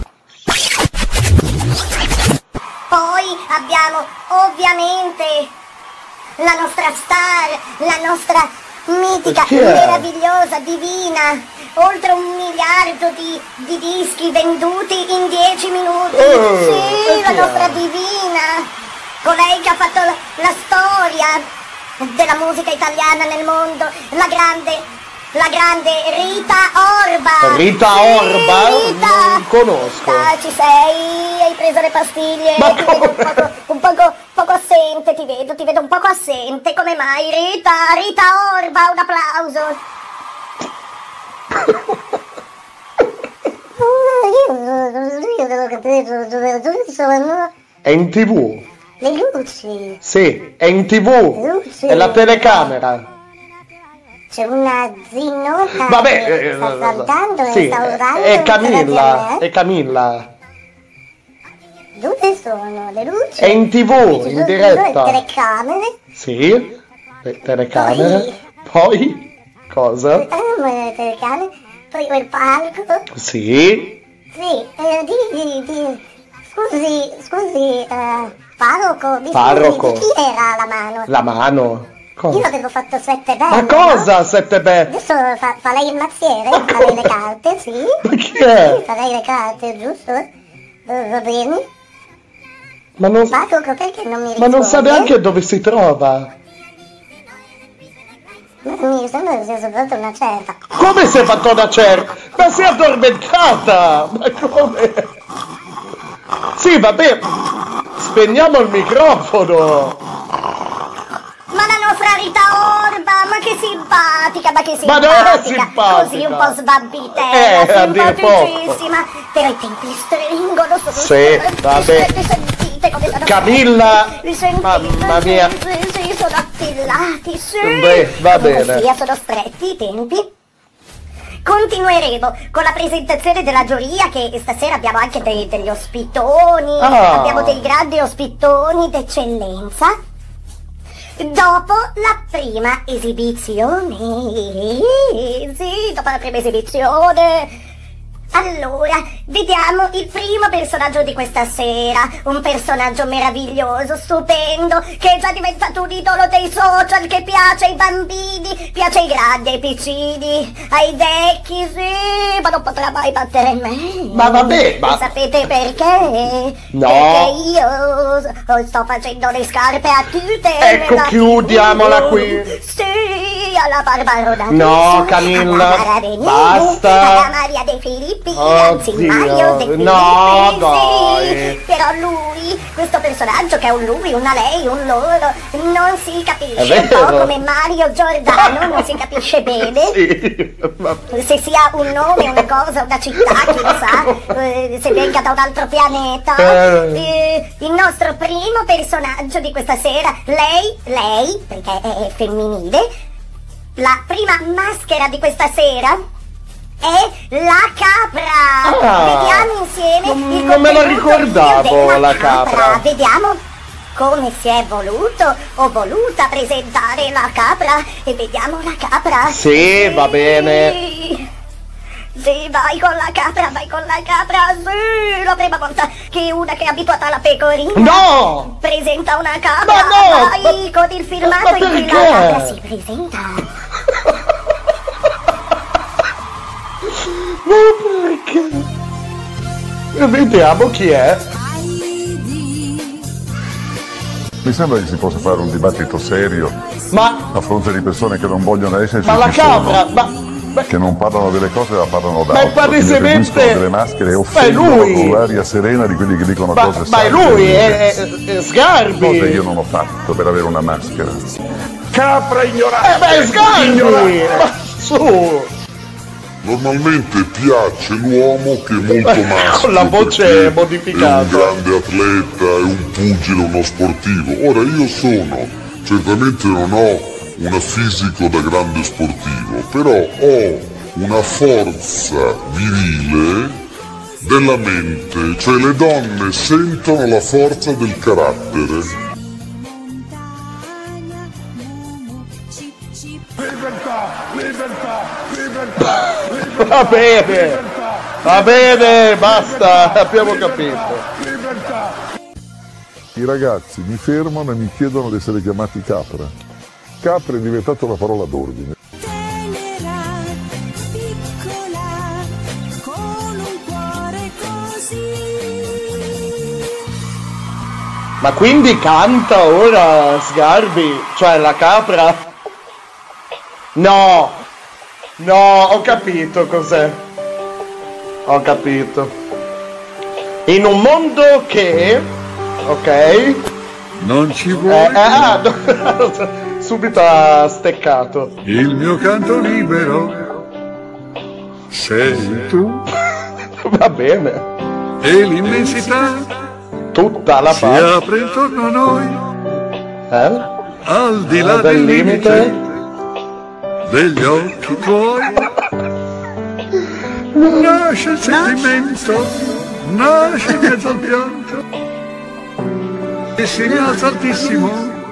Poi abbiamo ovviamente la nostra star, la nostra mitica, meravigliosa, divina, oltre 1 miliardo di dischi venduti in 10 minuti. Sì, la nostra divina, colei che ha fatto la storia della musica italiana nel mondo, la grande Rita Orba. Rita Orba? Non conosco. Ci sei? Hai preso le pastiglie? Ma ti vedo un poco assente, ti vedo un poco assente. Come mai? Rita Orba, un applauso. Dove sono? È in TV. Le luci. Sì, è in TV. Luci. È la telecamera. C'è una zinnota. Vabbè, sta saltando, sì, sta urlando. è Camilla. Dove sono le luci? È in TV, in diretta. Le telecamere. Sì, le telecamere. Poi cosa? Le telecamere. Poi quel palco. Sì. Sì, scusi, parroco. Parroco. Di chi era la mano? La mano. Cosa? Io avevo fatto 7 belle. Ma cosa, no? 7 belle? Adesso fa lei il mazziere? Fa lei le carte, sì? Ma chi è? Sì, fa lei le carte, giusto? Va bene? Ma non, Parroco, perché non mi risponde? ma non sa neanche dove si trova. Ma mi sembra che sia soltanto una certa. Come si è fatto una certa? Ma si è addormentata! Ma come? Sì, vabbè, spegniamo il microfono. Ma la nostra Rita Orba, ma che simpatica, Ma non è simpatica. Così un po' sbabbitella, a dire poco. simpaticissima. Però i tempi stringono, sono Sì, vabbè. Li sentite come sono Camilla, li sentite, mamma mia. Sì, sono attillati, sì. Beh, va bene. Sia, sono stretti i tempi. Continueremo con la presentazione della giuria, che stasera abbiamo anche degli ospitoni, abbiamo dei grandi ospitoni d'eccellenza. Dopo la prima esibizione, sì, dopo la prima esibizione, allora, vediamo il primo personaggio di questa sera, un personaggio meraviglioso, stupendo, che è già diventato un idolo dei social, che piace ai bambini, piace ai grandi, ai piccini, ai vecchi, sì, ma non potrà mai battere me. Ma vabbè, ma... Sapete perché? No. Perché io sto facendo le scarpe a tutte. Ecco, chiudiamola qui. Sì, alla Barbarona. No, Camilla, alla Maraviglia, basta. alla Maria De Filippi, anzi Oddio, Mario De Filippi. no, sì. dai. Però lui, questo personaggio che è un lui, una lei, un loro, non si capisce. È Un po' vero. come Mario Giordano, non si capisce bene. Sì, ma... Se sia un nome, una cosa, una città, chi lo sa, se venga da un altro pianeta. Il nostro primo personaggio di questa sera, lei, perché è femminile, la prima maschera di questa sera è la capra. Vediamo insieme il non me la contenuto ricordavo, della la capra. Vediamo come si è voluto o voluta presentare la capra, e vediamo la capra. Sì, va bene. Sì, vai con la capra, sì, la prima volta che una che è abituata alla pecorina No! presenta una capra, Ma no! vai con il filmato Ma in cui la perché? capra si presenta. Ma perché? Vediamo chi è. Mi sembra che si possa fare un dibattito serio a fronte di persone che non vogliono esserci. Ma la che sono, capra, che non parlano delle cose ma parlano Ma è d'altro. palesemente- Che delle maschere e offendono lui. con l'aria serena di quelli che dicono cose ma è sagge. lui, è Sgarbi. Cose io non ho fatto per avere una maschera. Capra ignorante. È Sgarbi. Ma su. Normalmente piace l'uomo che è molto maschio. Con la voce modificata. È un grande atleta, è un pugile, uno sportivo. Ora io certamente non ho un fisico da grande sportivo, però ho una forza virile della mente, cioè le donne sentono la forza del carattere. Va bene, basta, abbiamo capito. I ragazzi mi fermano e mi chiedono di essere chiamati capra. Capra è diventata una parola d'ordine. Ma quindi canta ora Sgarbi, cioè la capra? No, ho capito cos'è. Ho capito. In un mondo che... Ok. Non ci vuole. Subito ha steccato. Il mio canto libero sei tu. Va bene. E l'immensità tutta la si fa. apre intorno a noi. Al di là del limite degli occhi tuoi. Nasce il sentimento, nasce in mezzo al pianto e si rialza altissimo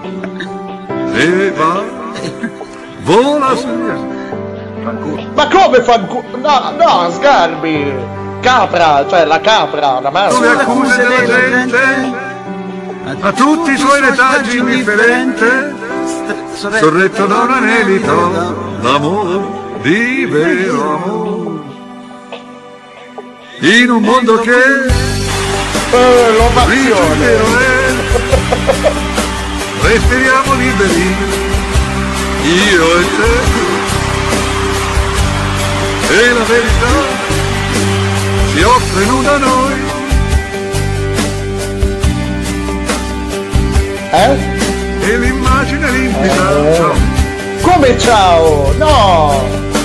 e va, vola su. Ma come fanculo? No, Sgarbi! Capra, cioè la capra, la Le maschera. accuse della gente, a tutti i suoi retaggi indifferente, sorretto da un anelito, l'amore di vero amore. In un mondo che prigioniero è, respiriamo liberi, io e te, e la verità si offre nuda a noi. E l'immagine limpida, ciao. Come ciao? No!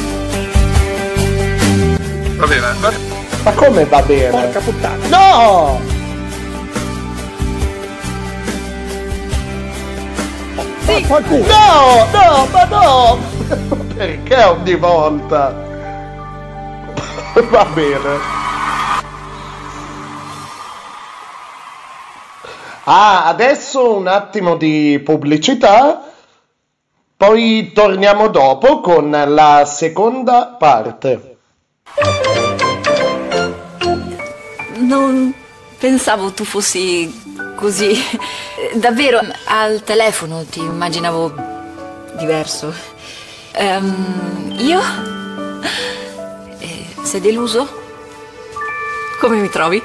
Va bene, Ma come va bene? Porca puttana. No! Sì. No, ma no! Perché ogni volta? Va bene. Adesso un attimo di pubblicità, poi torniamo dopo con la seconda parte. Non pensavo tu fossi così. Davvero, al telefono ti immaginavo diverso. Io? Sei deluso? Come mi trovi?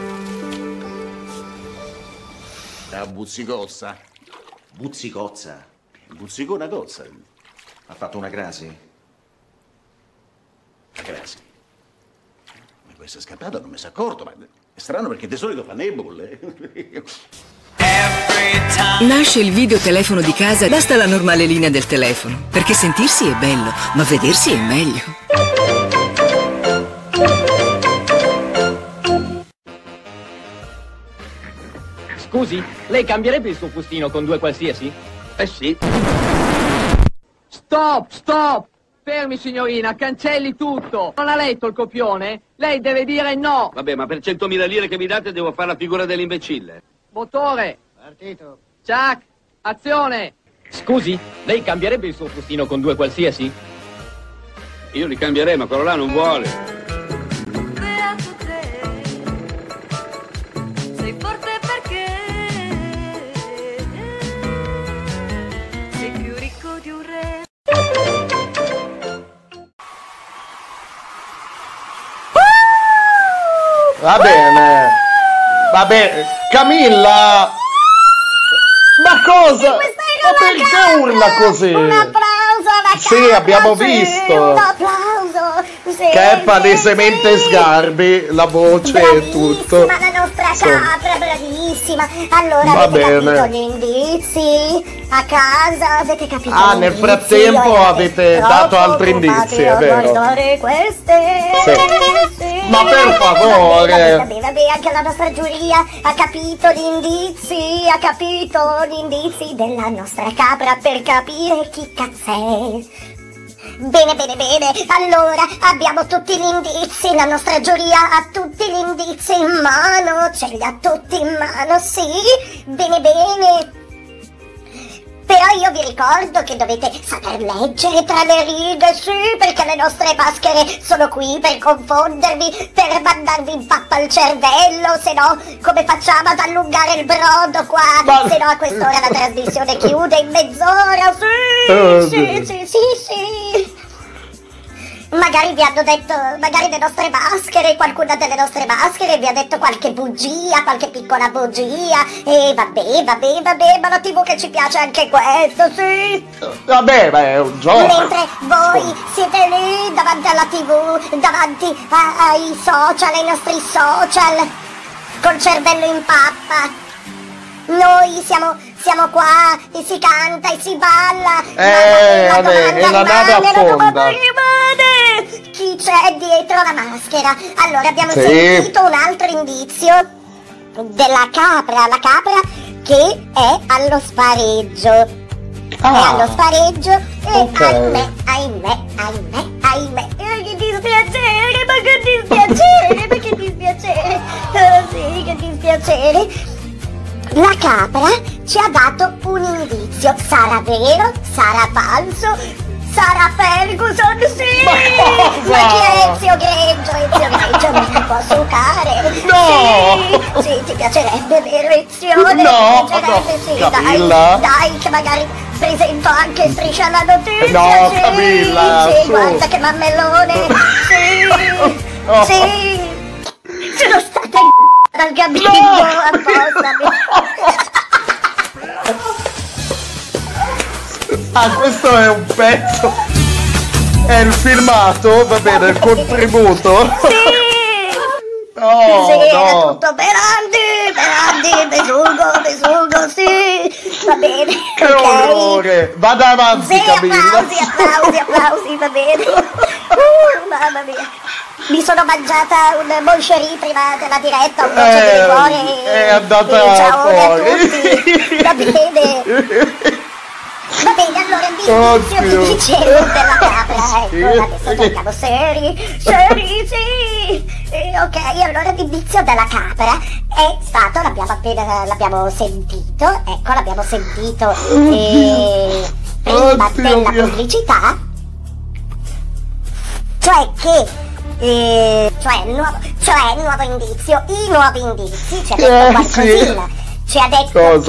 La buzzicozza. Buzzicozza? Buzzicò una cozza. Ha fatto una crasi? La crasi? Ma questo è scappato, non mi sono accorto, ma è strano perché di solito fa nebolle. Nasce il videotelefono di casa, basta la normale linea del telefono, perché sentirsi è bello, ma vedersi è meglio. Scusi, lei cambierebbe il suo fustino con due qualsiasi? Eh sì. Stop! Fermi signorina, cancelli tutto! Non ha letto il copione? Lei deve dire no! Vabbè, ma per 100.000 lire che mi date devo fare la figura dell'imbecille. Motore! Partito! Chuck! Azione! Scusi, lei cambierebbe il suo fustino con due qualsiasi? Io li cambierei, ma quello là non vuole. Sei forte perché sei più ricco di un re. Va bene, Camilla, ma cosa? Ma perché urla così? Un applauso alla capra! Sì, abbiamo sì, visto. Un applauso! Sì, Che è palesemente Sgarbi, la voce e tutto. Ma la nostra capra, bravissima! Allora, Va avete bene. capito gli indizi? A casa, avete capito gli Nel indizi? frattempo Ora avete troppo dato altri occupati indizi, è a vero. guardare queste. Sì. Ma per favore. Vabbè, anche la nostra giuria ha capito gli indizi, ha capito gli indizi della nostra capra per capire chi cazzo è. Bene, bene, bene, allora abbiamo tutti gli indizi, la nostra giuria ha tutti gli indizi in mano, ce li ha tutti in mano, sì, bene, bene. Però io vi ricordo che dovete saper leggere tra le righe, sì, perché le nostre maschere sono qui per confondervi, per mandarvi in pappa al cervello, se no come facciamo ad allungare il brodo qua? Se no a quest'ora la trasmissione chiude in mezz'ora, sì. Magari vi hanno detto, magari le nostre maschere, qualcuna delle nostre maschere vi ha detto qualche bugia, qualche piccola bugia. E vabbè, ma la TV che ci piace anche questo, sì. Vabbè, ma è un gioco. Mentre voi siete lì davanti alla TV, davanti ai social, ai nostri social, col cervello in pappa. Noi siamo qua e si canta e si balla. Ma e la nave affonda. Chi c'è dietro la maschera? Allora abbiamo Sì. sentito un altro indizio della capra, la capra che è allo spareggio. È allo spareggio e Ok. ahimè, che dispiacere, ma che dispiacere, oh sì, che dispiacere. La capra ci ha dato un indizio, sarà vero, sarà falso, sarà Ferguson, sì! Ma chi è Ezio Greggio non si può succare! No! Sì, ti piacerebbe, vero Ezio? No, Ti piacerebbe, sì, Camilla. dai, che magari presento anche Striscia la notizia, No, sì, Camilla, sì, su. guarda che mammellone, sì! Sono stata dal gabinetto apposta. Questo è un pezzo. È il filmato, va bene, il contributo. Sì! No, era no. tutto per Andy, besugo, sì, va bene, Che ok. orrore. Vada avanti, Sì, Camilla. applausi, va bene. Mamma mia. Mi sono mangiata un moncherie prima della diretta, un dolce di rigore. È andata ciao a fuori. tutti. Va bene. Va bene, allora l'indizio che dicevo della capra, ecco, adesso torniamo seri, sì. Ok, allora l'indizio della capra è stato, l'abbiamo sentito, ecco, l'abbiamo sentito prima della pubblicità, cioè che nuovo indizio, i nuovi indizi, ci ha detto qualcosina, ci ha detto Cosa?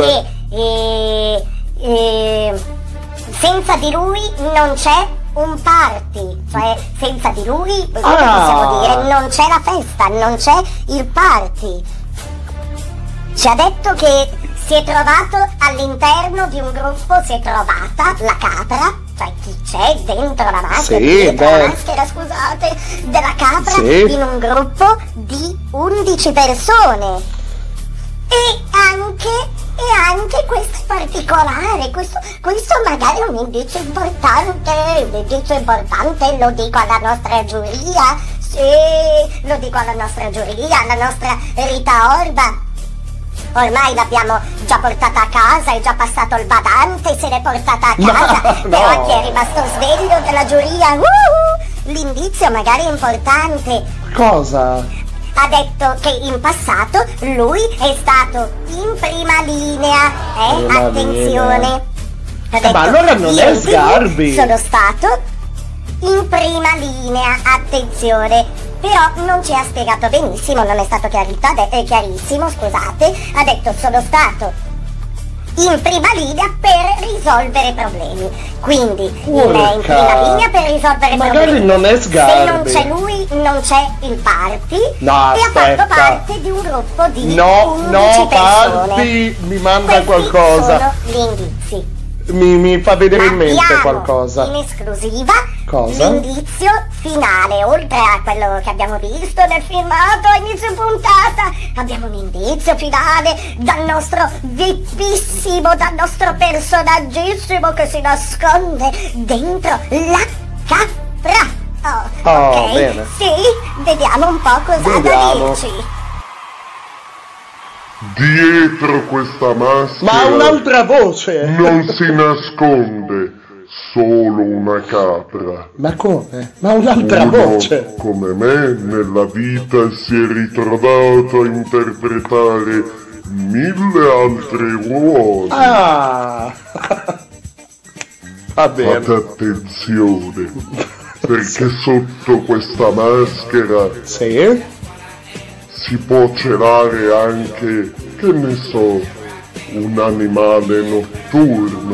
che senza di lui non c'è un party, cioè senza di lui come possiamo dire non c'è la festa, non c'è il party. Ci ha detto che si è trovato all'interno di un gruppo, si è trovata la capra, cioè chi c'è dentro la maschera, la maschera, scusate, della capra in un gruppo di 11 persone. E anche questo è particolare, questo magari è un indizio importante, lo dico alla nostra giuria, sì, lo dico alla nostra giuria, alla nostra Rita Orba. Ormai l'abbiamo già portata a casa, è già passato il badante, se l'è portata a casa, però a chi è rimasto sveglio della giuria, l'indizio magari è importante. Cosa? Ha detto che in passato lui è stato in prima linea, attenzione. Ha detto, ma allora non è Sgarbi. Sono stato in prima linea, attenzione. Però non ci ha spiegato benissimo, non è stato chiarissimo, scusate. Ha detto sono stato in prima linea per risolvere problemi. Quindi in prima linea per risolvere magari problemi. non è Sgarbi. Se non c'è lui non c'è il party No, e aspetta. ha fatto parte di un gruppo di 11 No, persone. Parti mi manda Questi qualcosa. sono gli indizi. Mi fa vedere in mente Abbiamo qualcosa. in esclusiva Cosa? l'indizio finale, oltre a quello che abbiamo visto nel filmato a inizio puntata, abbiamo un indizio finale dal nostro VIPissimo, dal nostro personaggissimo che si nasconde dentro la capra. Ok? Bene. Sì, vediamo un po' cosa ha da Vediamo. dirci. Dietro questa maschera Ma un'altra voce! non si nasconde solo una capra. Ma come? Ma un'altra Uno voce! come me nella vita si è ritrovato a interpretare 1000 altri ruoli. Ah! Va bene. Fate attenzione, perché sotto questa maschera si può celare anche, che ne so, un animale notturno.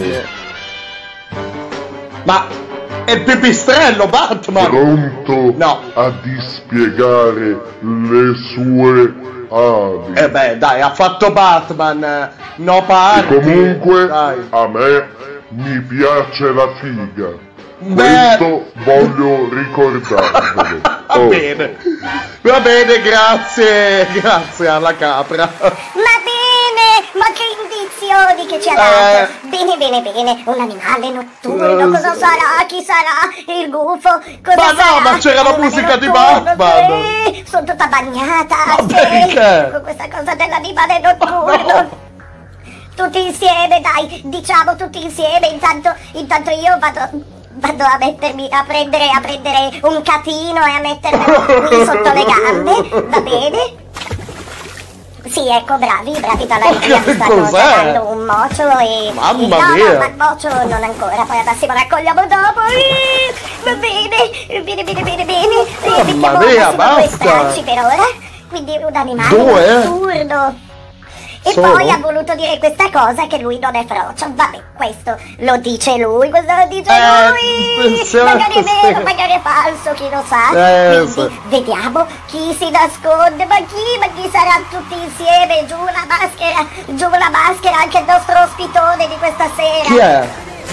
Ma è il pipistrello Batman! Pronto a dispiegare le sue ali. Beh, dai, ha fatto Batman, no E party. comunque Dai. a me mi piace la figa. Beh. Questo voglio ricordarvelo. Va bene, grazie alla capra. Ma bene, ma che indizioni che ci ha dato. Bene, un animale notturno, cosa sarà? Chi sarà? Il gufo? Cosa Ma no, sarà? ma c'era la Un musica di notturno, Batman. sì, sono tutta bagnata, Ma perché? con questa cosa dell'animale notturno. Tutti insieme, dai, diciamo tutti insieme, intanto io vado a mettermi a prendere un catino e a mettermelo qui sotto le gambe, va bene? Sì, ecco, bravi dalla regia mi stanno Cos'è? dando un mocio e... Mamma no, mia. no, ma il mocio non ancora, poi al massimo raccogliamo dopo. Va bene. Mamma mia, Due basta. stracci per ora, quindi un animale Due? notturno. E Solo? poi ha voluto dire questa cosa che lui non è frocio. Vabbè, questo lo dice lui, questo lo dice lui. Magari è vero, magari è falso, chi lo sa. Quindi vediamo chi si nasconde, ma chi sarà tutti insieme, giù la maschera, anche il nostro ospitone di questa sera. Chi è?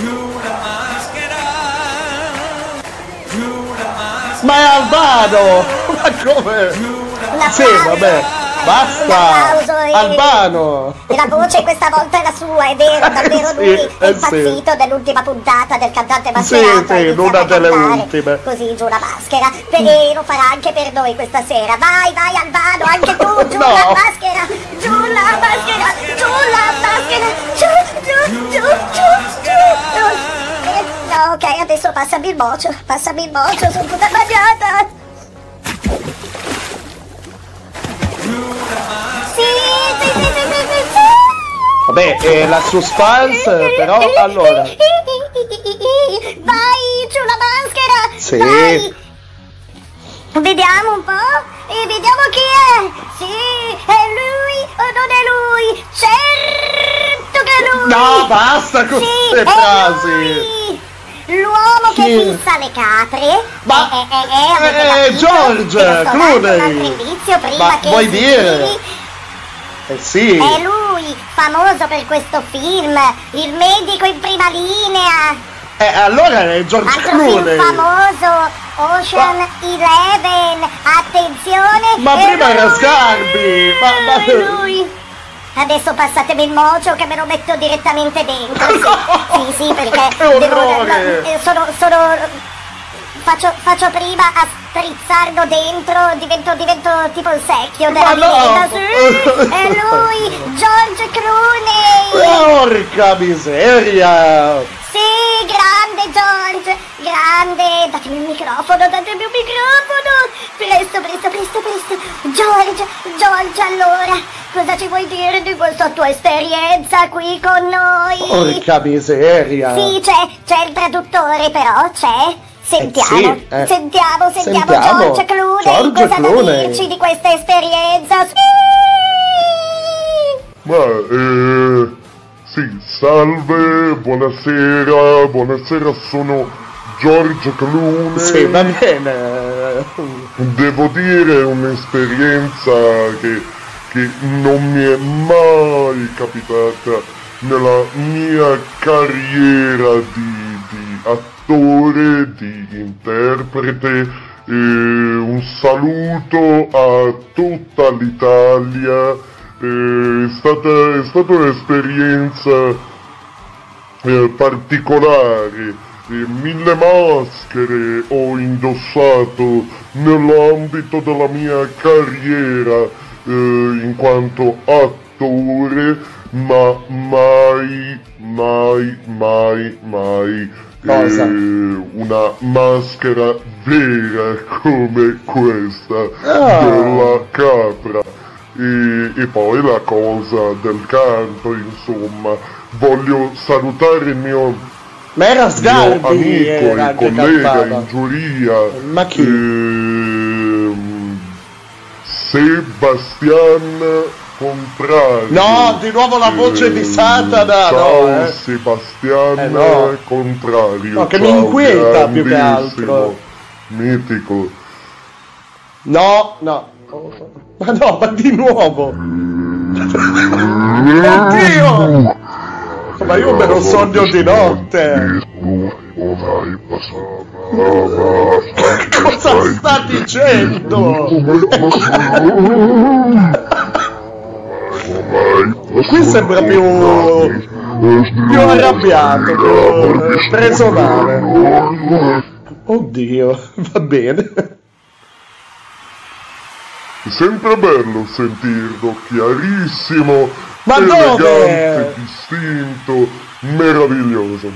Ma è Albano! Ma come? Sì, vabbè, basta! Albano! E la voce questa volta è la sua, è vero, davvero Sì, lui è sì. impazzito dell'ultima puntata del cantante mascherato. Sì, una delle ultime. Così giù la maschera, e lo farà anche per noi questa sera. Vai Albano, anche tu, giù No. la maschera, giù la maschera, giù. No, ok, adesso passami il mocio, sono tutta bagnata. Sì. Vabbè, è la suspense, però allora. Vai, giù la maschera! Sì. Vai. Vediamo un po', e vediamo chi è! Sì, è lui o non è lui? Certo che è lui! No, basta con Sì, queste è frasi! lui. L'uomo che Chi? fissa le capre Ma avete capito? George Te lo sto dando un Clooney. altro indizio prima Ma che vuoi si dire? tiri. Sì. È lui, famoso per questo film, il medico in prima linea. Allora è George Altro Clooney. film famoso, Ocean Eleven, attenzione! Ma è prima era lui, Sgarbi. è lui. Adesso passatemi il mocio che me lo metto direttamente dentro. Sì, perché Che orrore. faccio prima a strizzarlo dentro, divento tipo il secchio Ma della no. merenda. Sì, è lui, George Clooney. Porca miseria. Sì, grande George, grande. Datemi un microfono. Presto. George, allora, cosa ci vuoi dire di questa tua esperienza qui con noi? Porca miseria. Sì, c'è il traduttore però, c'è. Sentiamo, sì, eh. sentiamo Sentiamo. George Clooney, George cosa Clooney. da dirci di questa esperienza? Sì, salve, buonasera, sono George Clooney. Sì, va bene. Devo dire, è un'esperienza che non mi è mai capitata nella mia carriera di attore, di interprete. Un saluto a tutta l'Italia, è stata un'esperienza particolare, 1000 maschere ho indossato nell'ambito della mia carriera in quanto attore, ma mai una maschera vera come questa della capra. E poi la cosa del canto, insomma. Voglio salutare il mio Sgarbi, amico, il collega in giuria, ma chi? Sebastian Contrario. No, di nuovo la voce di Satana. Ciao Sebastian Contrario. No, che ciao, mi inquieta più che altro. Mitico. No. Ma di nuovo. Oddio! Ma io me lo sogno di notte. Cosa sta dicendo? Qui sembra più arrabbiato, più preso male. Oddio, va bene. È sempre bello sentirlo, chiarissimo, ma elegante, dove? distinto, meraviglioso.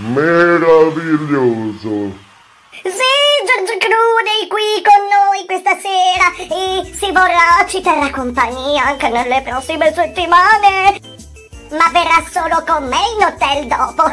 Sì, George Clooney qui con noi questa sera e se vorrà ci terrà compagnia anche nelle prossime settimane. Ma verrà solo con me in hotel dopo.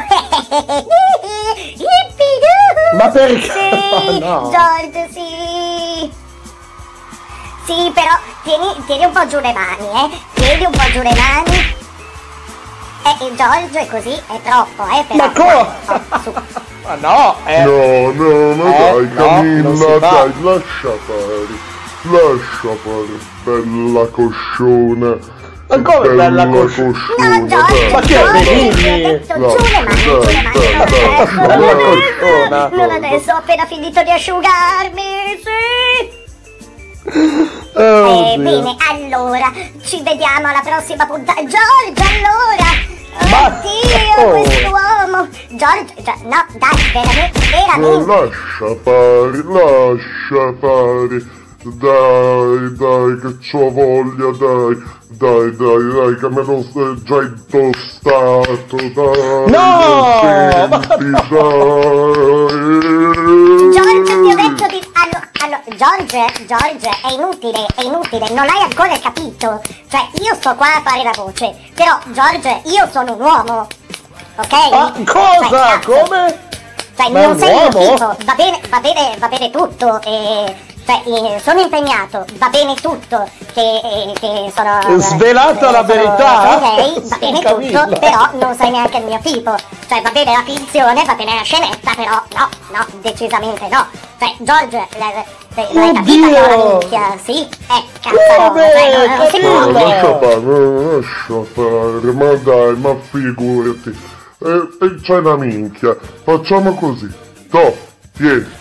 Ma perché? Sì, no. George, sì. Sì, però tieni un po' giù le mani, Tieni un po' giù le mani. George, così è troppo, però. Ma cosa? Su. Ma no, No, ma dai, Camilla, non si fa. dai, lascia fare, bella cosciona. Ma come bella cosciona? No, George, Ma che George, ho detto giù le mani, non adesso, ho appena finito di asciugarmi, sì. Bene, allora, ci vediamo alla prossima puntata. George, allora! Oddio, quest'uomo! George, no, dai, veramente. Lascia fare. Dai, che c'ho voglia, dai, che me lo sei già intostato, dai. No! George, ti ho detto di... Allora, George, è inutile, non hai ancora capito. Cioè, io sto qua a fare la voce, però, George, io sono un uomo, ok? Ah, cosa? Come? Cioè, Ma non sei il mio uomo? tipo, va bene tutto, sono impegnato, va bene tutto, che sono... Svelata la verità? Ok, va bene Camilla. tutto, però non sei neanche il mio tipo. Cioè, va bene la finzione, va bene la scenetta, però no, decisamente no. Cioè, George, l'hai capita che ho la minchia? Sì? Cazzarola, non si può. Lascia fare, ma dai, ma figurati. C'è la minchia, facciamo così. Tieni.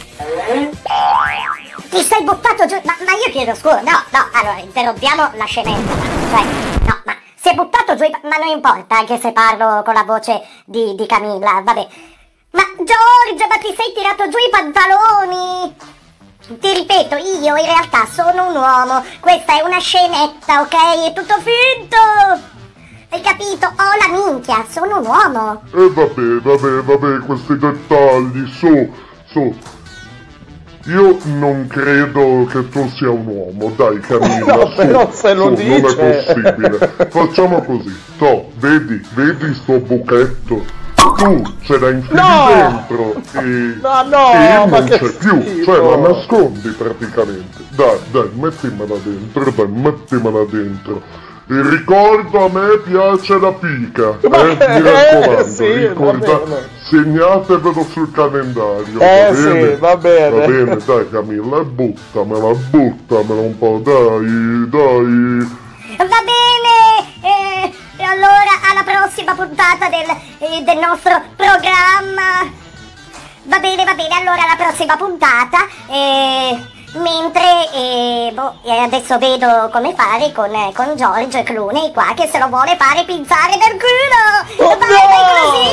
Ti sei buttato giù, ma io chiedo scusa, no, allora interrompiamo la scenetta, cioè, no, ma si è buttato giù, ma non importa anche se parlo con la voce di Camilla, vabbè. Ma George, ma ti sei tirato giù i pantaloni! Ti ripeto, io in realtà sono un uomo, questa è una scenetta, ok? È tutto finto! Hai capito? Ho la minchia, sono un uomo! Vabbè, questi dettagli, su. Io non credo che tu sia un uomo, dai Camilla, No, però se lo dice. Non è possibile. Facciamo così, vedi sto buchetto? Tu ce la infili dentro e non c'è più, cioè la nascondi praticamente. Dai, mettimela dentro. E ricordo, a me piace la pica, mi raccomando, sì, ricorda, segnatevelo sul calendario. Sì, va bene. Va bene, dai Camilla, buttamela un po', dai. Va bene, e allora alla prossima puntata del nostro programma. Va bene, allora alla prossima puntata, mentre adesso vedo come fare con George Clooney qua che se lo vuole fare pinzare nel culo. Oh, vai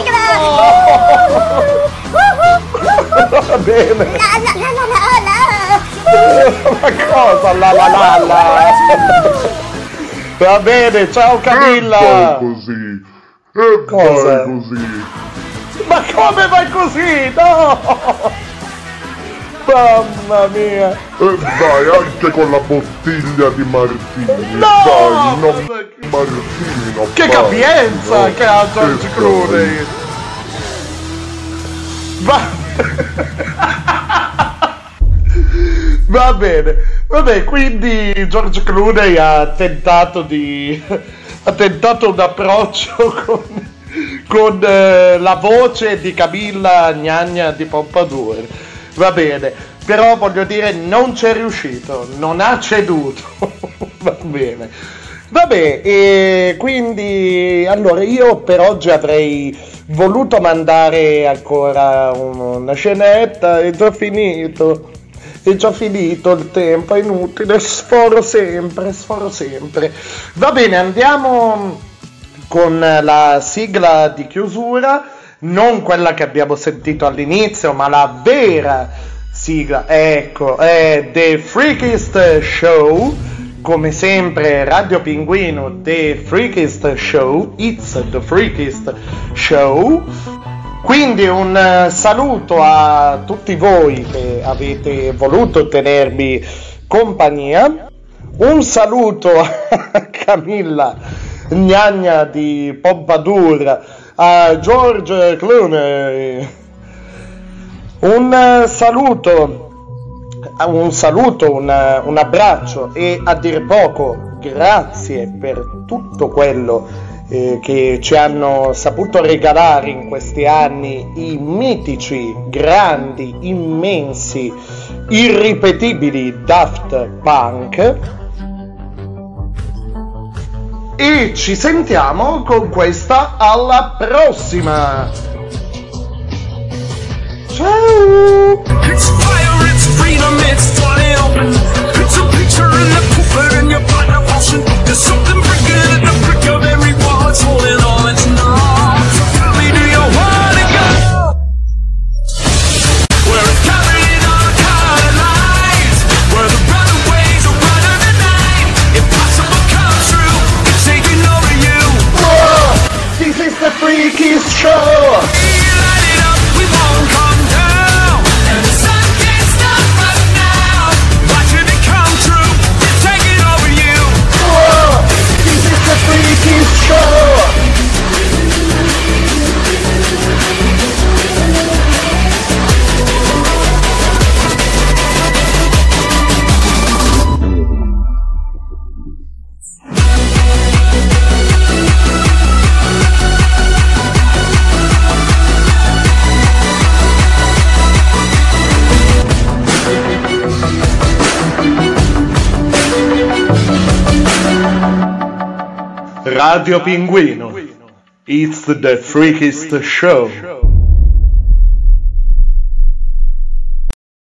con la sigla. Va bene. La. Ma cosa? La. Va bene, ciao Camilla. Vai così. Cosa? Vai così. Ma come vai così? No! Mamma mia! Vai anche con la bottiglia di Martini. No! Dai, non Martini, no. Che capienza che ha George Clooney! Va bene. Vabbè, quindi George Clooney ha tentato un approccio con la voce di Camilla Gnagna di Pompadour. Va bene, però voglio dire, non c'è riuscito, non ha ceduto. Va bene. Vabbè, e quindi allora io per oggi avrei voluto mandare ancora una scenetta, è già finito il tempo, è inutile, sforo sempre. Va bene, andiamo con la sigla di chiusura, non quella che abbiamo sentito all'inizio, ma la vera sigla, ecco, è The Freakiest Show, come sempre Radio Pinguino, The Freakiest Show, it's The Freakiest Show. Quindi un saluto a tutti voi che avete voluto tenermi compagnia, un saluto a Camilla Gnagna di Pompadour, a George Clooney, un saluto, un abbraccio e a dir poco grazie per tutto quello che ci hanno saputo regalare in questi anni i mitici, grandi, immensi, irripetibili Daft Punk. E ci sentiamo con questa alla prossima. Ciao! It's fire, it's freedom, it's triumph. It's a picture in the cooper in your blood ocean. There's something breaking in the brick of every wall. It's holding on, it's not. So tell me, do you wanna go? Where it's carrying on colored lines, where the runaways are running the night. Impossible come true, it's taking over you. Whoa! This is the Freakiest Show! Radio Pinguino, it's the freakiest show.